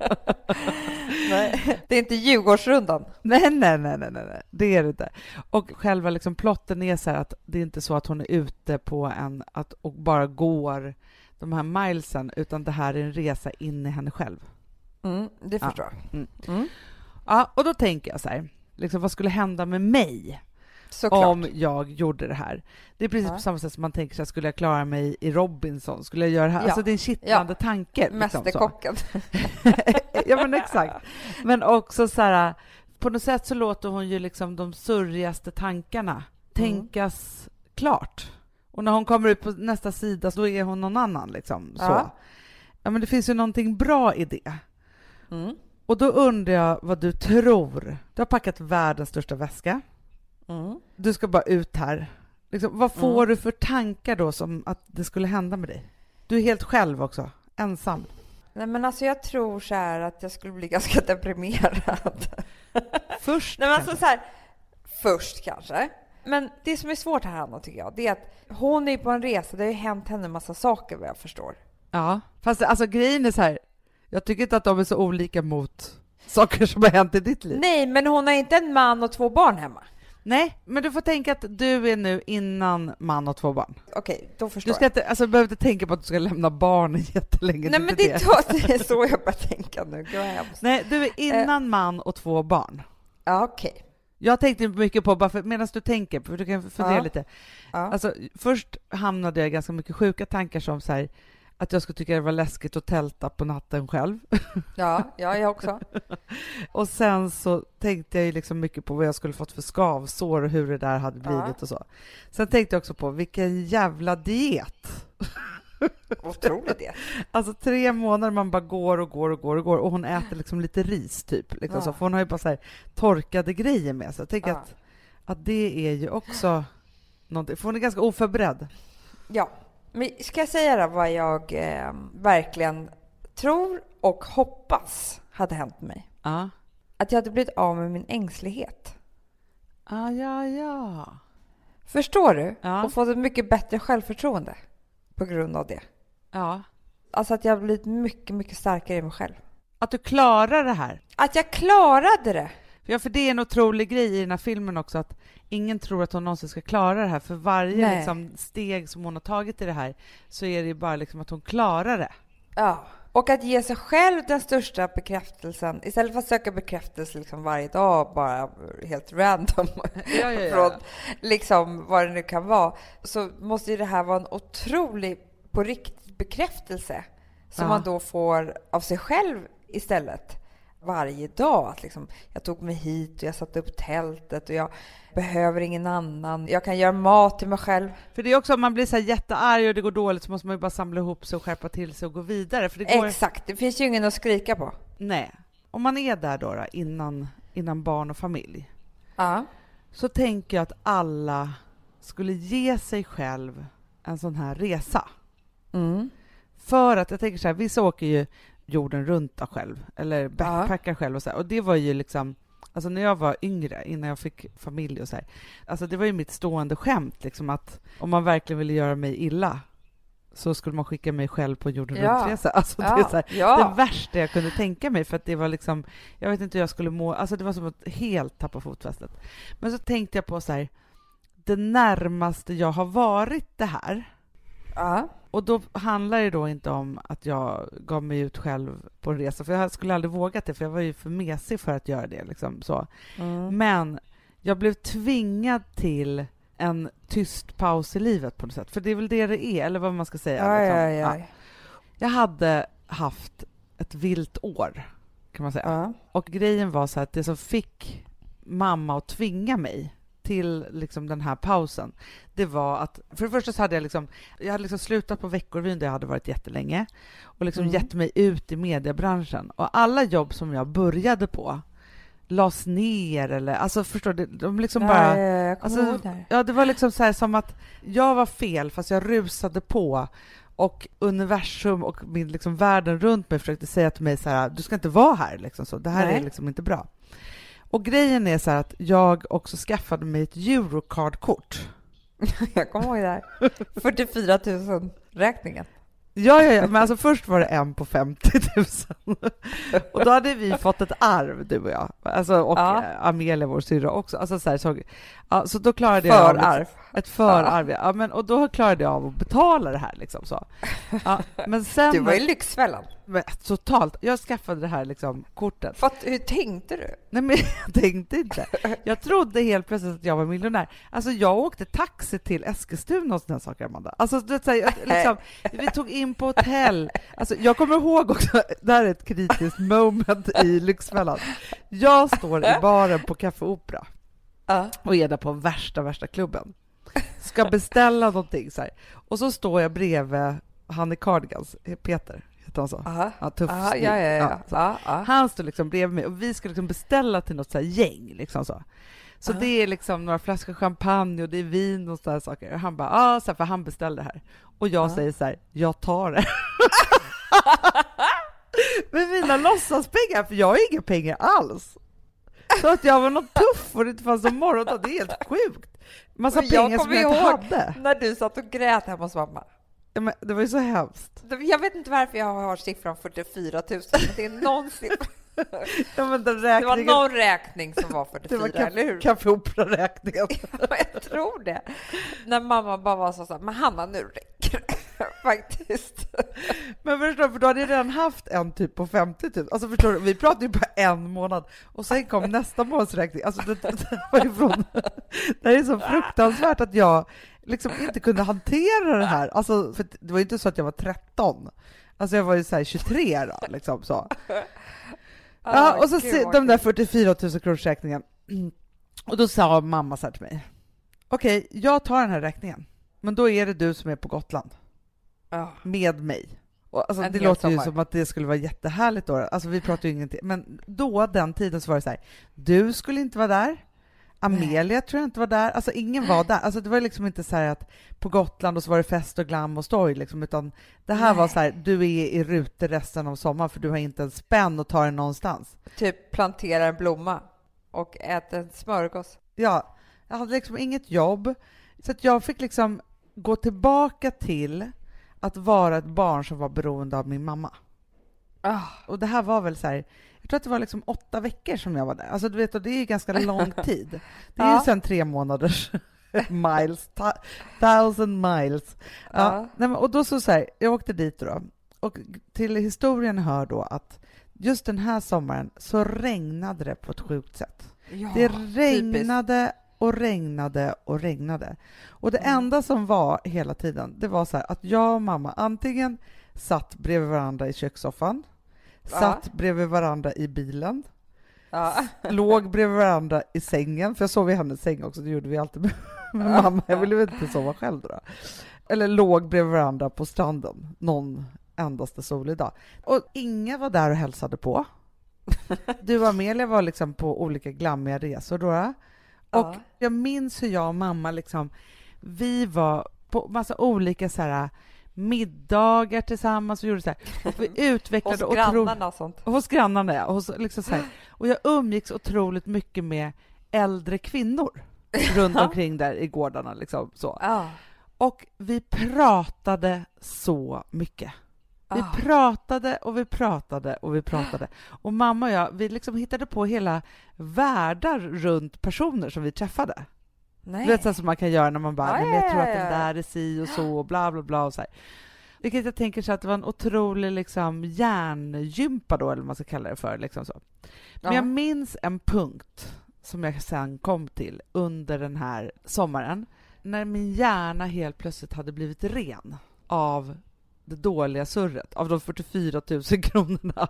Nej, det är inte Djurgårdsrundan. Nej, det är det inte. Och själva liksom plotten är så här att det är inte så att hon är ute på och bara går de här milesen, utan det här är en resa in i henne själv. Det förstår jag. Ja, och då tänker jag så här, liksom, vad skulle hända med mig? Såklart. Om jag gjorde det här. Det är precis på samma sätt som man tänker sig, skulle jag klara mig i Robinson? Skulle jag göra det här? Alltså det är en kittlande tanke. Mästerkocken. Ja, men exakt. Men också så här, på något sätt så låter hon ju liksom de surrigaste tankarna tänkas klart. Och när hon kommer ut på nästa sida så är hon någon annan liksom. Så. Ja, men det finns ju någonting bra i det. Och då undrar jag vad du tror. Du har packat världens största väska. Du ska bara ut här. Liksom, vad får du för tankar då som att det skulle hända med dig? Du är helt själv också, ensam. Nej, men alltså jag tror så här att jag skulle bli ganska deprimerad. Först? Nej, men alltså så här, först kanske. Men det som är svårt här, Hanna, tycker jag, det är att hon är på en resa. Det har ju hänt henne en massa saker, vad jag förstår. Ja, fast alltså grejen är så här, jag tycker inte att de är så olika mot saker som har hänt i ditt liv. Nej, men hon har inte en man och 2 barn hemma. Nej, men du får tänka att du är nu innan man och 2 barn. Okej, då förstår Du ska inte, alltså, behöver inte tänka på att du ska lämna barnen jättelänge. Nej, men det är så jag bara tänker nu. Gud, Nej, du är innan man och 2 barn. Ja, okej. Jag tänkte mycket på, bara medan du tänker, för du kan fundera lite. Ja. Alltså, först hamnade jag ganska mycket sjuka tankar som så här, att jag skulle tycka det var läskigt att tälta på natten själv. Ja, jag också. Och sen så tänkte jag ju liksom mycket på vad jag skulle fått för skavsår och hur det där hade blivit och så. Sen tänkte jag också på vilken jävla diet. Otroligt diet. Alltså 3 månader man bara går och hon äter liksom lite ris typ. Liksom så. För hon har ju bara så här torkade grejer med sig. Jag tänker att det är ju också någonting. För hon är ganska oförberedd. Ja. Men ska jag säga då vad jag verkligen tror och hoppas hade hänt mig? Ja. Att jag hade blivit av med min ängslighet. Ja. Förstår du? Ja. Och fått ett mycket bättre självförtroende på grund av det. Ja. Alltså att jag har blivit mycket, mycket starkare i mig själv. Att du klarar det här. Att jag klarade det. Ja, för det är en otrolig grej i den här filmen också, att ingen tror att hon någonsin ska klara det här. För varje liksom, steg som hon har tagit i det här så är det ju bara liksom att hon klarar det. Ja. Och att ge sig själv den största bekräftelsen, istället för att söka bekräftelse liksom varje dag, bara helt random, från liksom vad det nu kan vara, så måste ju det här vara en otrolig på riktigt bekräftelse som man då får av sig själv istället varje dag. Att liksom, jag tog mig hit och jag satte upp tältet och jag behöver ingen annan. Jag kan göra mat till mig själv. För det är också, om man blir så här jättearg och det går dåligt så måste man ju bara samla ihop sig och skärpa till sig och gå vidare. För det går... Exakt, det finns ju ingen att skrika på. Nej. Om man är där då innan barn och familj, så tänker jag att alla skulle ge sig själv en sån här resa. För att jag tänker så här, vissa åker ju jorden runt själv eller backpackar själv och så här. Och det var ju liksom, alltså när jag var yngre, innan jag fick familj och så här, alltså det var ju mitt stående skämt liksom, att om man verkligen ville göra mig illa så skulle man skicka mig själv på jorden runt-resa. Alltså det är så här, det värsta jag kunde tänka mig, för att det var liksom, jag vet inte hur jag skulle må, alltså det var som att helt tappa fotfästet. Men så tänkte jag på så här, det närmaste jag har varit det här. Och då handlar det då inte om att jag gav mig ut själv på en resa, för jag skulle aldrig vågat det, för jag var ju för mesig för att göra det liksom så. Men jag blev tvingad till en tyst paus i livet på något sätt, för det är väl det är, eller vad man ska säga. Ja. Jag hade haft ett vilt år, kan man säga. Och grejen var så att det som fick mamma att tvinga mig till liksom den här pausen, det var att för det första så hade jag hade slutat på Veckorevyn där jag hade varit jättelänge och liksom gett mig ut i mediebranschen, och alla jobb som jag började på lades ner, eller alltså förstår du, de liksom bara det var liksom så här, som att jag var fel fast jag rusade på, och universum och min liksom världen runt mig försökte säga till mig så här, du ska inte vara här liksom, så det här är liksom inte bra. Och grejen är så här att jag också skaffade mig ett Eurocard-kort. Jag kommer ihåg det här. 44 000 räkningen. Ja, men alltså först var det en på 50 000. Och då hade vi fått ett arv, du och jag. Alltså, och Amelia, vår syrra också. Alltså, så då klarade jag förarv. Ett förarv. Ja, men, och då klarade jag av att betala det här. Liksom, så. Ja, men sen, du var i Lyxfällan. Men, totalt. Jag skaffade det här liksom, kortet. Hur tänkte du? Nej, men jag tänkte inte. Jag trodde helt plötsligt att jag var miljonär. Alltså jag åkte taxi till Eskilstuna och sådana saker, Amanda. Alltså liksom, vi tog in på hotell. Alltså jag kommer ihåg också, det här är ett kritiskt moment i Lyxfällan. Jag står i baren på Café Opera och är där på värsta klubben. Ska beställa någonting så här. Och så står jag bredvid han i Cardigans, Peter. Han står liksom bredvid mig och vi ska liksom beställa till något så här gäng liksom så. Så det är liksom några flaskor champagne och det är vin och sådana saker. Och han bara, så här, för han beställde det här. Och jag säger så här, jag tar det. Men mina låtsaspengar, för jag har inga pengar alls. Så att jag var något tuff och det inte fanns någon morgon, det är helt sjukt. Massa pengar som jag inte hade. När du satt och grät hemma hos mamma. Ja, men det var ju så hemskt. Jag vet inte varför jag har siffran 44 000, men det är någon siffra. Ja, men det var någon räkning som var 44, det var eller hur? Kaffeopera-räkningen. Jag tror det. När mamma bara var så här, men Hanna, nu räcker det. Faktiskt. Men förstår du, för då hade jag redan haft en typ på 50 000. Alltså förstår du, vi pratade ju på en månad och sen kom nästa månadsräkning. Alltså det var ifrån. Det är så fruktansvärt att jag liksom inte kunde hantera det här. Alltså, för det var ju inte så att jag var 13. Alltså jag var ju så här 23 då, liksom så. Ja, och så de där 44 000 kronors räkningen. Och då sa mamma så här till mig. Okej, jag tar den här räkningen. Men då är det du som är på Gotland. Med mig. Och alltså, det låter ju som att det skulle vara jättehärligt då. Alltså vi pratar ju ingenting. Men då, den tiden, så var det så här. Du skulle inte vara där. Amelia tror jag inte var där. Alltså ingen var där. Alltså det var liksom inte så här att på Gotland och så var det fest och glam och stoj liksom, utan det här var så här, du är i rutor resten av sommaren för du har inte en spänn och tar den någonstans. Typ plantera en blomma och äta en smörgås. Ja, jag hade liksom inget jobb. Så att jag fick liksom gå tillbaka till att vara ett barn som var beroende av min mamma. Och det här var väl så här, jag tror att det var liksom 8 veckor som jag var där. Alltså du vet, och det är ju ganska lång tid. Det är ju sen 3 månaders miles, 1000 miles. Ja. Nej, men, och då så här, jag åkte dit då. Och till historien hör då att just den här sommaren så regnade det på ett sjukt sätt. Ja, det regnade typiskt. Och regnade och regnade. Och det enda som var hela tiden, det var så här att jag och mamma antingen satt bredvid varandra i kökssoffan, satt bredvid varandra i bilen, låg bredvid varandra i sängen, för jag sov i hennes säng också, det gjorde vi alltid med mamma. Jag ville väl inte sova själv då. Eller låg bredvid varandra på stranden någon endaste solig dag. Och ingen var där och hälsade på. Du och Amelia var liksom på olika glammiga resor då. Och jag minns hur jag och mamma liksom, vi var på massa olika så här middagar tillsammans och gjorde så här. Och vi utvecklade hos grannarna och sånt. Hos grannarna, ja. Liksom så här. Och jag umgicks otroligt mycket med äldre kvinnor runt omkring där i gårdarna liksom så. Och vi pratade så mycket. Vi pratade och vi pratade och vi pratade. Och mamma och jag, vi liksom hittade på hela världar runt personer som vi träffade. Nej. Du vet så som man kan göra när man bara, jag tror att den där är si och så och bla bla bla och så här. Vilket jag tänker så att det var en otrolig liksom hjärngympa då, eller vad man ska kalla det för liksom så. Men jag minns en punkt som jag sen kom till under den här sommaren när min hjärna helt plötsligt hade blivit ren av det dåliga surret, av de 44 000 kronorna.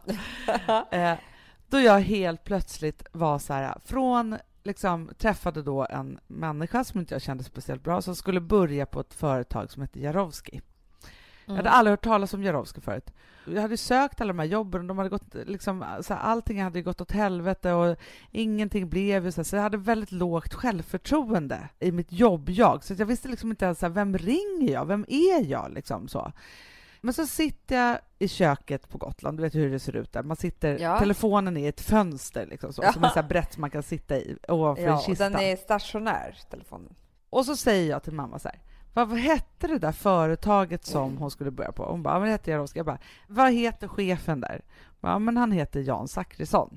Då jag helt plötsligt var så här, från liksom, träffade då en människa som inte jag kände speciellt bra, som skulle börja på ett företag som heter Jarowski. Jag hade aldrig hört talas om Jarowski förut. Jag hade sökt alla de här jobben och de hade gått, liksom, så här, allting hade gått åt helvete och ingenting blev så jag hade väldigt lågt självförtroende i mitt jobb. Så jag visste liksom inte ens så här, vem ringer jag? Vem är jag? Liksom, så. Men så sitter jag i köket på Gotland, du vet hur det ser ut där. Man sitter, telefonen är i ett fönster liksom, så, som är så här brett man kan sitta i ovanför en kista. Den är stationär, telefonen. Och så säger jag till mamma så här, vad hette det där företaget som hon skulle börja på? Hon bara, men det heter Jarowski. Jag bara, vad heter chefen där? Ja, men han heter Jan Zachrisson.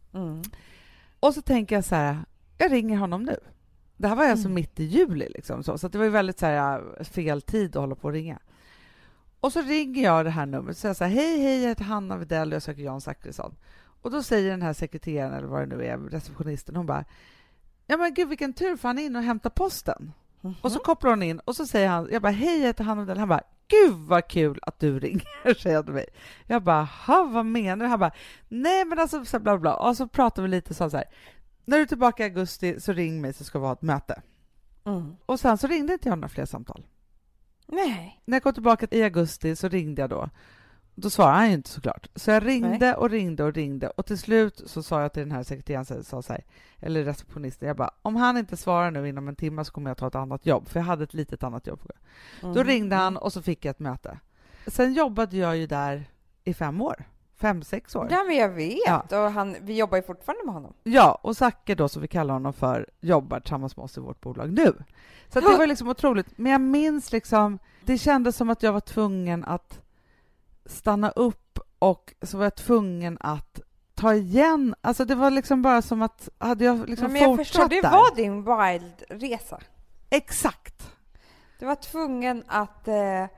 Och så tänker jag så här, jag ringer honom nu. Det här var alltså mitt i juli liksom, så det var ju väldigt så här, fel tid att hålla på och ringa. Och så ringer jag det här numret och säger så här, hej, jag heter Hanna Widell och jag söker Jan Zachrisson. Och då säger den här sekreteraren, eller vad det nu är, receptionisten, hon bara, ja men gud vilken tur, för han är in och hämtar posten. Och så kopplar hon in och så säger han, jag bara, hej, jag heter Hanna Widell. Han bara, gud vad kul att du ringer, säger han till mig. Jag bara, vad menar du? Han bara, nej men alltså, så bla bla. Och så pratar vi lite så här, när du är tillbaka i augusti så ring mig så ska vi ha ett möte. Och sen så ringde inte jag några fler samtal. Nej. När jag kom tillbaka i augusti så ringde jag då. Då svarade han ju inte såklart. Så jag ringde och ringde och ringde. Och till slut så sa jag till den här sekreteraren, så här, eller receptionisten, jag bara, om han inte svarar nu inom en timme så kommer jag ta ett annat jobb. För jag hade ett litet annat jobb. Då ringde han och så fick jag ett möte. Sen jobbade jag ju där i 5 år 5-6 år. Ja, men jag vet. Ja. Och vi jobbar ju fortfarande med honom. Ja, och Zacke då, som vi kallar honom för, jobbar tillsammans med oss i vårt bolag nu. Så att det var liksom otroligt. Men jag minns liksom, det kändes som att jag var tvungen att stanna upp och så var jag tvungen att ta igen. Alltså det var liksom bara som att hade jag liksom men jag fortsatt förstår, det där. var din wild-resa. Exakt. Du var tvungen att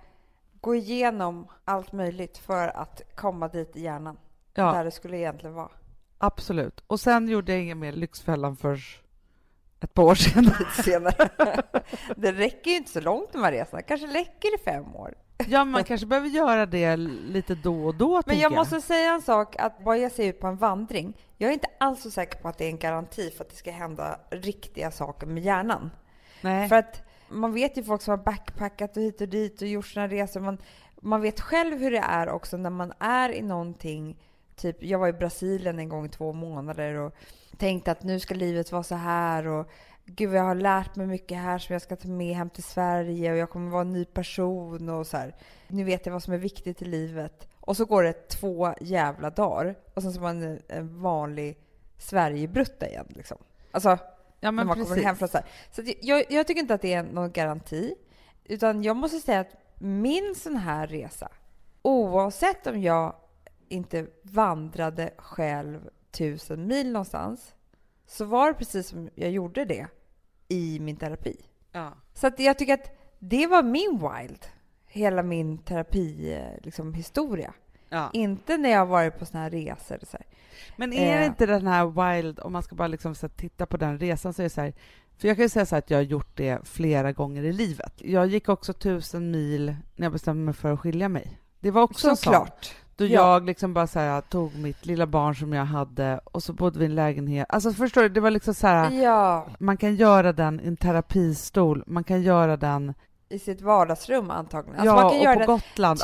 gå igenom allt möjligt för att komma dit i hjärnan. Ja. Där det skulle egentligen vara. Absolut. Och sen gjorde jag inget mer Lyxfällan för ett par år senare. Det räcker ju inte så långt de här resorna. Kanske räcker det 5 år. Ja, man kanske behöver göra det lite då och då. Men jag måste säga en sak, att bara jag ser ut på en vandring, jag är inte alls så säker på att det är en garanti för att det ska hända riktiga saker med hjärnan. Nej. För att man vet ju folk som har backpackat och hit och dit och gjort sina resor. Man vet själv hur det är också när man är i någonting. Typ, jag var i Brasilien en gång i 2 månader och tänkte att nu ska livet vara så här och gud, jag har lärt mig mycket här som jag ska ta med hem till Sverige och jag kommer vara en ny person och så här. Nu vet jag vad som är viktigt i livet. Och så går det 2 jävla dagar och sen så är man en vanlig Sverigebrutta igen liksom. Alltså, ja, men när man kommer hem från så här. Så jag tycker inte att det är någon garanti, utan jag måste säga att min sån här resa, oavsett om jag inte vandrade själv 1000 mil någonstans, så var det precis som jag gjorde det i min terapi. Ja. Så att jag tycker att det var min wild, hela min terapi liksom, historia. Ja. Inte när jag har varit på såna här resor. Så här. Men är det inte den här wild, om man ska bara liksom så titta på den resan, så är det så här, för jag kan ju säga så här att jag har gjort det flera gånger i livet. Jag gick också 1000 mil när jag bestämde mig för att skilja mig. Det var också såklart. Då jag liksom bara så här, tog mitt lilla barn som jag hade och så bodde vi i en lägenhet. Alltså förstår du, det var liksom så här, man kan göra den i en terapistol, man kan göra den i sitt vardagsrum antagligen. Alltså ja, man kan och göra på Gotland.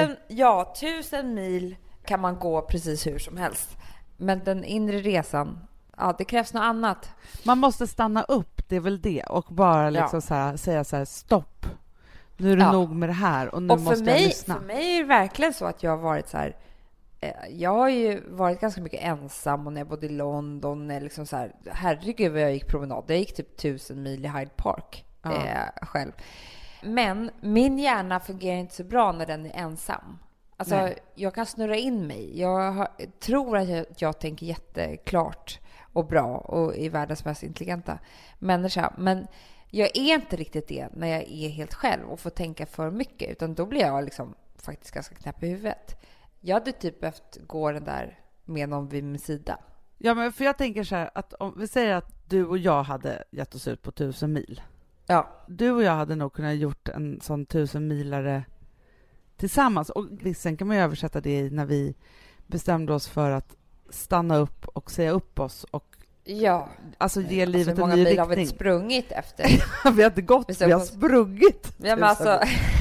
1000 mil kan man gå precis hur som helst. Men den inre resan, ja, det krävs något annat. Man måste stanna upp, det är väl det. Och bara liksom så här, säga så här, stopp. Nu är det nog med det här och nu måste jag lyssna. För mig är det verkligen så att jag har varit så här, jag har ju varit ganska mycket ensam och när jag bodde i London, liksom så här, herregud vad jag gick promenad. Jag gick typ 1000 mil i Hyde Park själv. Men min hjärna fungerar inte så bra när den är ensam. Alltså, jag kan snurra in mig. Jag tror att jag tänker jätteklart och bra och är världens mest intelligenta människa. Men jag är inte riktigt det när jag är helt själv och får tänka för mycket. Utan då blir jag liksom faktiskt ganska knäpp i huvudet. Jag hade typ behövt gå den där med någon vid min sida. Ja, men för jag tänker så här, att om vi säger att du och jag hade gett oss ut på 1000 mil. Ja. Du och jag hade nog kunnat gjort en sån 1000-milare tillsammans. Och sen kan man ju översätta det när vi bestämde oss för att stanna upp och säga upp oss och alltså ge livet en ny riktning. Hur många mil har vi sprungit efter? Vi har inte gått, vi har sprungit. Ja, men alltså,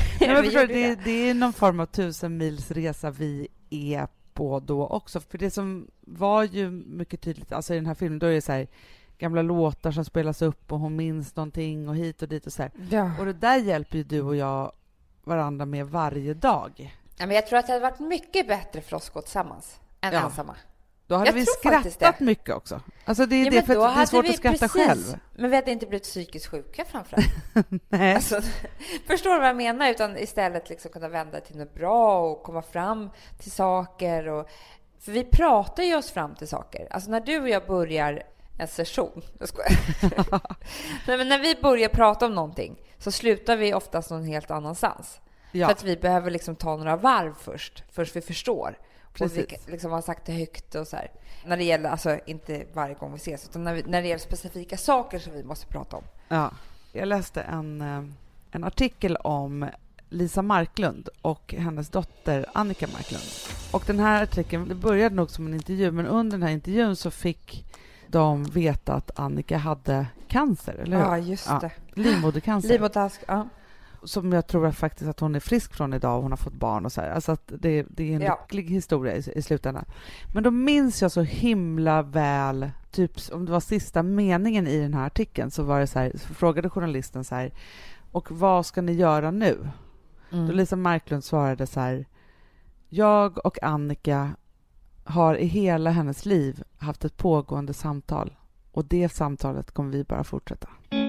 det är någon form av 1000 mils resa vi är på då också. För det som var ju mycket tydligt, alltså i den här filmen, då är det så här gamla låtar som spelas upp och hon minns någonting och hit och dit och så här. Ja. Och det där hjälper ju du och jag varandra med varje dag. Ja, men jag tror att det hade varit mycket bättre för oss att gå tillsammans än ensamma. Då hade vi skrattat mycket också. Alltså det är det, för att det är svårt att skratta själv. Men vi hade inte blivit psykiskt sjuka framförallt. Nej. Alltså, förstår du vad jag menar? Utan istället liksom kunna vända till något bra och komma fram till saker. För vi pratar ju oss fram till saker. Alltså när du och jag börjar en session. Jag skojar. Nej, men när vi börjar prata om någonting så slutar vi oftast någon helt annanstans. Ja. För att vi behöver liksom ta några varv först vi förstår. Precis. Och vi liksom har sagt det högt och så här. När det gäller, alltså inte varje gång vi ses, utan när det gäller specifika saker som vi måste prata om. Ja. Jag läste en artikel om Lisa Marklund och hennes dotter Annika Marklund. Och den här artikeln, det började nog som en intervju, men under den här intervjun så fick de veta att Annika hade cancer, eller hur? Ja, just det. Livmodercancer. Livmodercancer, ja. Som jag tror faktiskt att hon är frisk från idag och hon har fått barn och så här. Alltså att det är en lycklig historia i slutändan. Men då minns jag så himla väl, typ om det var sista meningen i den här artikeln, så var det så här, så frågade journalisten så här, och vad ska ni göra nu? Då Lisa Marklund svarade så här, jag och Annika har i hela hennes liv haft ett pågående samtal. Och det samtalet kommer vi bara fortsätta.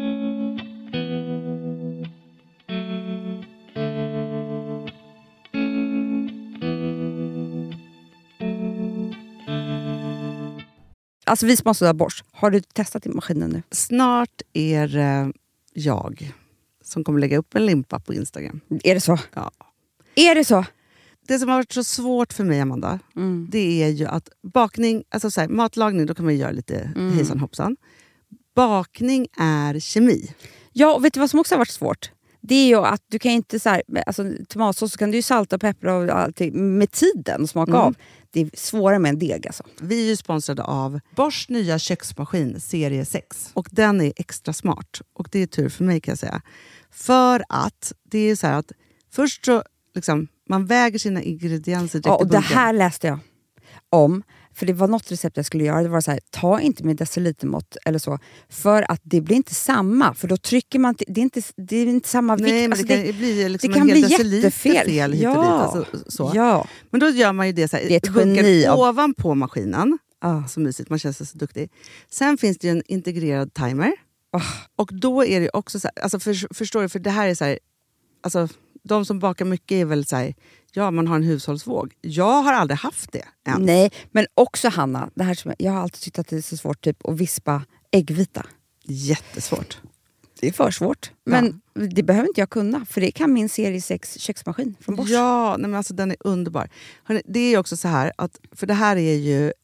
Alltså vi sponsrar av Bosch. Har du testat i maskinen nu? Snart är jag som kommer lägga upp en limpa på Instagram. Är det så? Ja. Är det så? Det som har varit så svårt för mig, Amanda, det är ju att bakning, alltså så här, matlagning, då kan man göra lite hejsan hoppsan. Bakning är kemi. Ja, och vet du vad som också har varit svårt? Det är ju att du kan inte så här, alltså tomatsås så kan du ju salta och peppra och allting med tiden och smaka av. Det är svårare med en deg alltså. Vi är ju sponsrade av Bosch nya köksmaskin serie 6. Och den är extra smart. Och det är tur för mig kan jag säga. För att det är så här att först så liksom, man väger sina ingredienser direkt. Ja, och i bunken. det här läste jag om. För det var något recept jag skulle göra. Det var så här, ta inte med decilitermått eller så. För att det blir inte samma. För då trycker man... Det är inte samma vikt. Nej, men alltså det kan bli liksom det kan en hel bli deciliter jättefel. fel hit och dit. Alltså, så. Ja. Men då gör man ju det så här. Det är ett geni av... ovanpå maskinen. Ah. Så mysigt, man känns så duktig. Sen finns det ju en integrerad timer. Och då är det också så här, alltså förstår du, för det här är så här, alltså de som bakar mycket är väl så här, ja, man har en hushållsvåg. Jag har aldrig haft det än. Nej, men också Hanna, det här som jag har alltid tyckt att det är så svårt typ att vispa äggvita. Jättesvårt. Det är för svårt. Men det behöver inte jag kunna, för det kan min serie 6 köksmaskin från Bosch. Ja, nej men alltså den är underbar. Hörrni, det är ju också så här, att, för det här är ju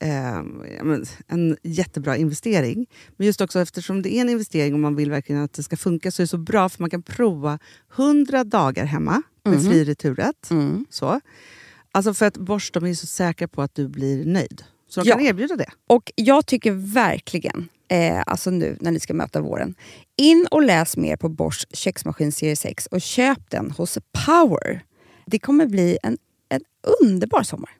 en jättebra investering. Men just också eftersom det är en investering och man vill verkligen att det ska funka, så är det så bra för man kan prova 100 dagar hemma med fri returrätt. Så. Alltså för att Bosch, de är så säkra på att du blir nöjd. Så de kan erbjuda det. Och jag tycker verkligen, alltså nu när ni ska möta våren, in och läs mer på Bosch köksmaskin serie 6 och köp den hos Power. Det kommer bli en underbar sommar.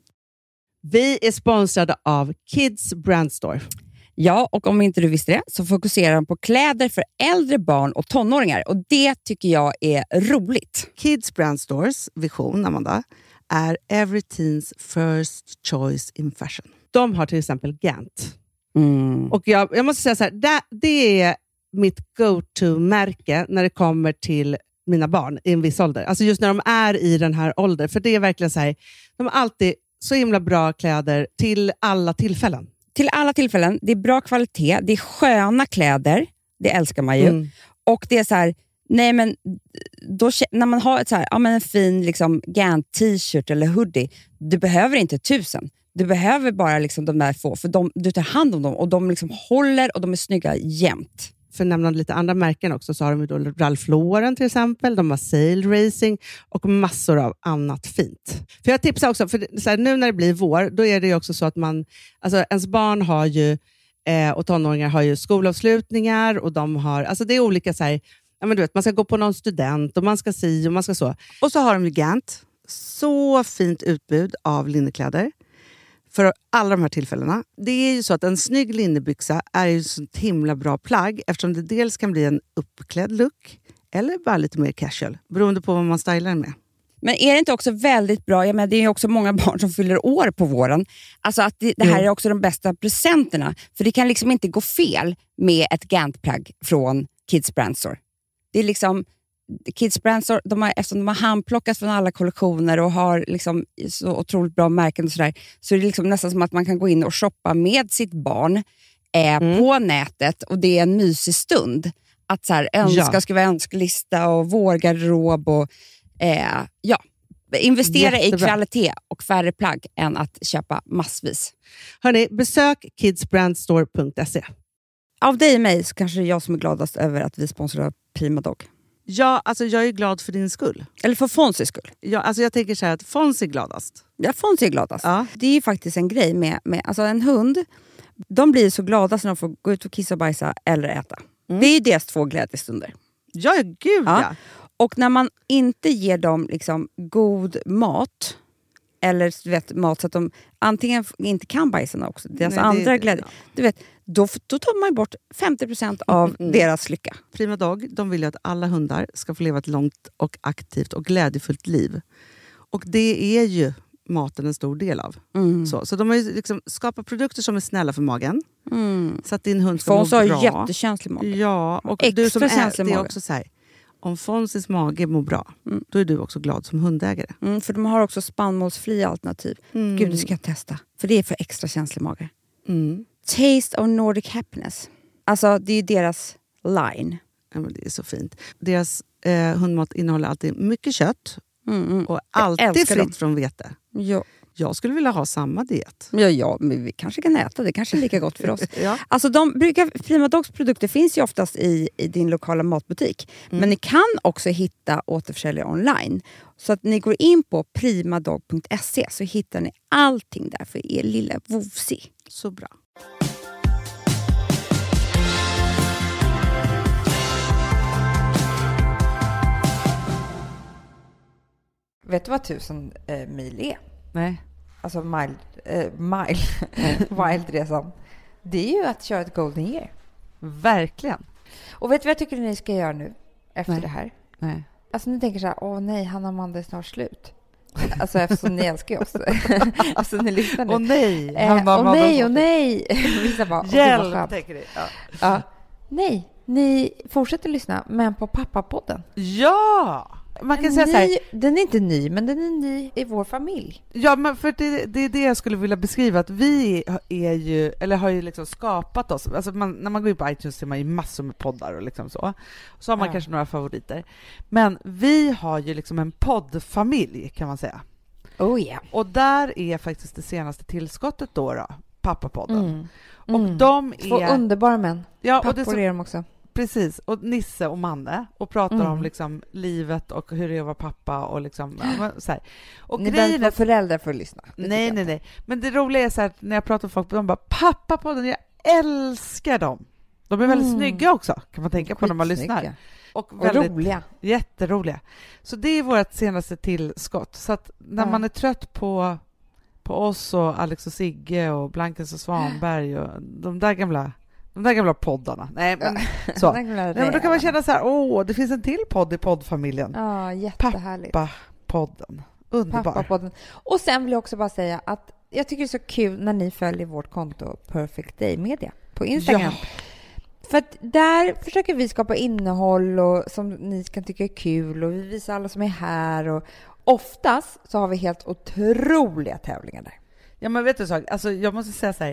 Vi är sponsrade av Kids Brand Store. Ja, och om inte du visste det så fokuserar de på kläder för äldre barn och tonåringar. Och det tycker jag är roligt. Kids Brand Stores vision, Amanda, är every teens first choice in fashion. De har till exempel Gant. Och jag måste säga så här, det är mitt go-to-märke när det kommer till mina barn i en viss ålder. Alltså just när de är i den här åldern. För det är verkligen så här, de har alltid så himla bra kläder till alla tillfällen. Till alla tillfällen. Det är bra kvalitet. Det är sköna kläder. Det älskar man ju. Och det är så här, nej men då, när man har ett så här, ja, men en fin liksom, Gant t-shirt eller hoodie, du behöver inte 1000. Du behöver bara liksom de där få, för du tar hand om dem och de liksom håller och de är snygga jämt. För att nämna lite andra märken också, så har de ju då Ralph Lauren till exempel, de har Sail Racing och massor av annat fint. För jag tipsar också, för så här, nu när det blir vår, då är det ju också så att man, alltså ens barn har ju, och tonåringar har ju skolavslutningar och de har, alltså det är olika så här, ja men du vet, man ska gå på någon student och man ska och man ska så. Och så har de ju Gant, så fint utbud av linnekläder. För alla de här tillfällena. Det är ju så att en snygg linnebyxa är ju så ett himla bra plagg, eftersom det dels kan bli en uppklädd look eller bara lite mer casual, beroende på vad man stylar med. Men är det inte också väldigt bra, jag menar, det är ju också många barn som fyller år på våren, alltså att det här är också de bästa presenterna, för det kan liksom inte gå fel med ett Gant-plagg från Kids Brand Store. Det är liksom Kids Brand Store, eftersom de har handplockat från alla kollektioner och har liksom så otroligt bra märken och sådär, så är det liksom nästan som att man kan gå in och shoppa med sitt barn på nätet, och det är en mysig stund att så här, skriva önskelista och vårgarderob och investera i kvalitet och färre plagg än att köpa massvis. Hörrni, besök kidsbrandstore.se. Av dig och mig så kanske det är jag som är gladast över att vi sponsrar Prima Dog. Ja, alltså jag är glad för din skull. Eller för Fonzys skull. Ja, alltså jag tänker så här att Fonzie är gladast. Ja, Fonzie är gladast. Ja. Det är ju faktiskt en grej med alltså en hund. De blir så glada när de får gå ut och kissa och bajsa eller äta. Det är ju deras 2 glädjestunder. Ja, gud ja. Och när man inte ger dem liksom god mat, eller du vet, mat så att de antingen inte kan bajsa också, deras andra glädje, du vet, då tar man bort 50% av deras lycka. Prima Dog, de vill ju att alla hundar ska få leva ett långt och aktivt och glädjefullt liv. Och det är ju maten en stor del av. Så de har ju liksom skapat produkter som är snälla för magen. Så att din hund ska må bra. Fons har jättekänslig mage. Ja, och extra du som känslig det är mage. också så här, om Fonsis mage mår bra, då är du också glad som hundägare. För de har också spannmålsfria alternativ. Gud, det ska jag testa. För det är för extra känslig mage. Taste of Nordic Happiness. Alltså, det är ju deras line. Ja, men det är så fint. Deras hundmat innehåller alltid mycket kött. Och alltid fritt från vete. Ja. Jag skulle vilja ha samma diet. Ja, men vi kanske kan äta det. Kanske är lika gott för oss. Ja. Alltså Prima Dogs produkter finns ju oftast i din lokala matbutik. Men ni kan också hitta återförsäljare online. Så att ni går in på primadog.se så hittar ni allting där för er lilla vovsi. Så bra. Vet du vad 1000 mil är? Nej. Alltså Wildresan. Det är ju att köra ett golden year. Verkligen. Och vet du vad jag tycker ni ska göra nu efter Nej. det här? Nej. Alltså ni tänker så här, åh nej, Hanna och Amanda är snart slut. Alltså eftersom ni älskar ju oss. Alltså ni lyssnar nu. Åh nej. Åh nej. Vissa bara, hjälp, tänker ni. Ja. Ja. Nej, ni fortsätter lyssna, men på Pappapodden. Ja! Man kan säga så här. Den är inte ny, men den är ny i vår familj. Ja, men för det är det jag skulle vilja beskriva, att vi är ju, eller har ju liksom skapat oss. Alltså när man går in på iTunes ser man ju massor med poddar och liksom så. Så har man kanske några favoriter. Men vi har ju liksom en poddfamilj, kan man säga. Oh yeah. Och där är faktiskt det senaste tillskottet då Pappapodden. Och de är... Två underbara män. Ja, pappor och det är de också. Precis, och Nisse och Manne, och pratar om liksom livet och hur det är att vara pappa och liksom så här. Och ni behöver vara föräldrar för att lyssna. Nej. Men det roliga är så här, när jag pratar med folk, de bara, Pappapodden, jag älskar dem. De är väldigt snygga också, kan man tänka på när man lyssnar. Och väldigt roliga. Jätteroliga. Så det är vårt senaste tillskott. Så att när man är trött på oss och Alex och Sigge och Blankens och Svanberg och de där gamla poddarna. Nej, men så. Nej, men då kan man känna så här, det finns en till podd i poddfamiljen. Ja, jättehärligt. Pappapodden. Underbar. Pappapodden. Och sen vill jag också bara säga att jag tycker det är så kul när ni följer vårt konto Perfect Day Media på Instagram. Ja. För att där försöker vi skapa innehåll och som ni kan tycka är kul, och vi visar alla som är här, och oftast så har vi helt otroliga tävlingar där. Ja, men vet du så, alltså jag måste säga så här,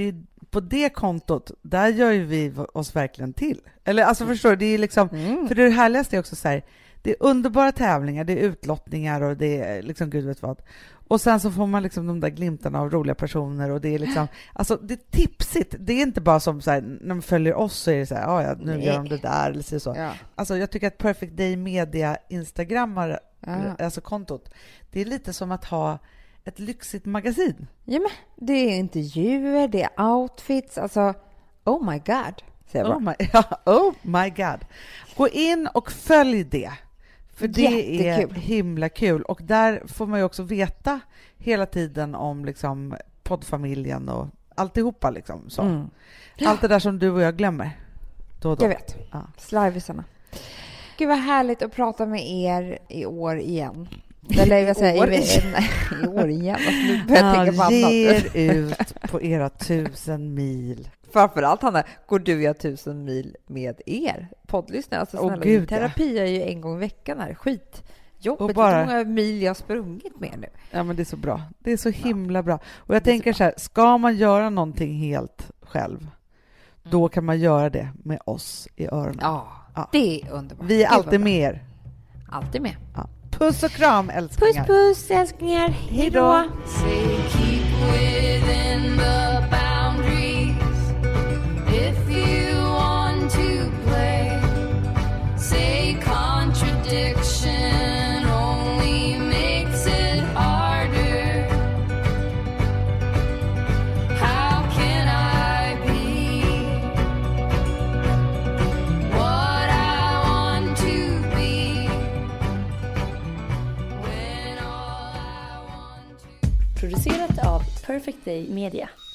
på det kontot, där gör ju vi oss verkligen till. Eller alltså förstår du, det är liksom, för det härligaste är också så här, det är underbara tävlingar, det är utlottningar och det är liksom gud vet vad. Och sen så får man liksom de där glimtarna av roliga personer, och det är liksom, alltså det är tipsigt. Det är inte bara som så här, när man följer oss så är det så här, ja nu gör de det där eller så. Ja. Alltså jag tycker att Perfect Day Media Instagrammar, alltså kontot, det är lite som att ha ett lyxigt magasin. Ja, men det är intervjuer, det är outfits, alltså oh my god. Oh my god. Gå in och följ det. För det är himla kul. Och där får man ju också veta hela tiden om liksom poddfamiljen och alltihopa liksom. Så. Allt det där som du och jag glömmer. Då. Jag vet. Ja. Slarvisarna. Gud vad härligt att prata med er i år igen. Eller jag säger i år igen. Ge er ut på era 1000 mil. Framförallt, Hanna, går du 1000 mil med er poddlyssnare? Alltså, snälla, terapi är ju en gång i veckan här. Skitjobbigt. Och bara... hur många mil jag har sprungit med nu. Ja, men det är så bra. Det är så himla bra. Och jag tänker så här, ska man göra någonting helt själv, då kan man göra det med oss i öronen. Ja, det är underbart. Vi är alltid med er. Alltid med. Ja. Puss och kram, älsklingar. Puss, älsklingar. Hej då. Producerat av Perfect Day Media.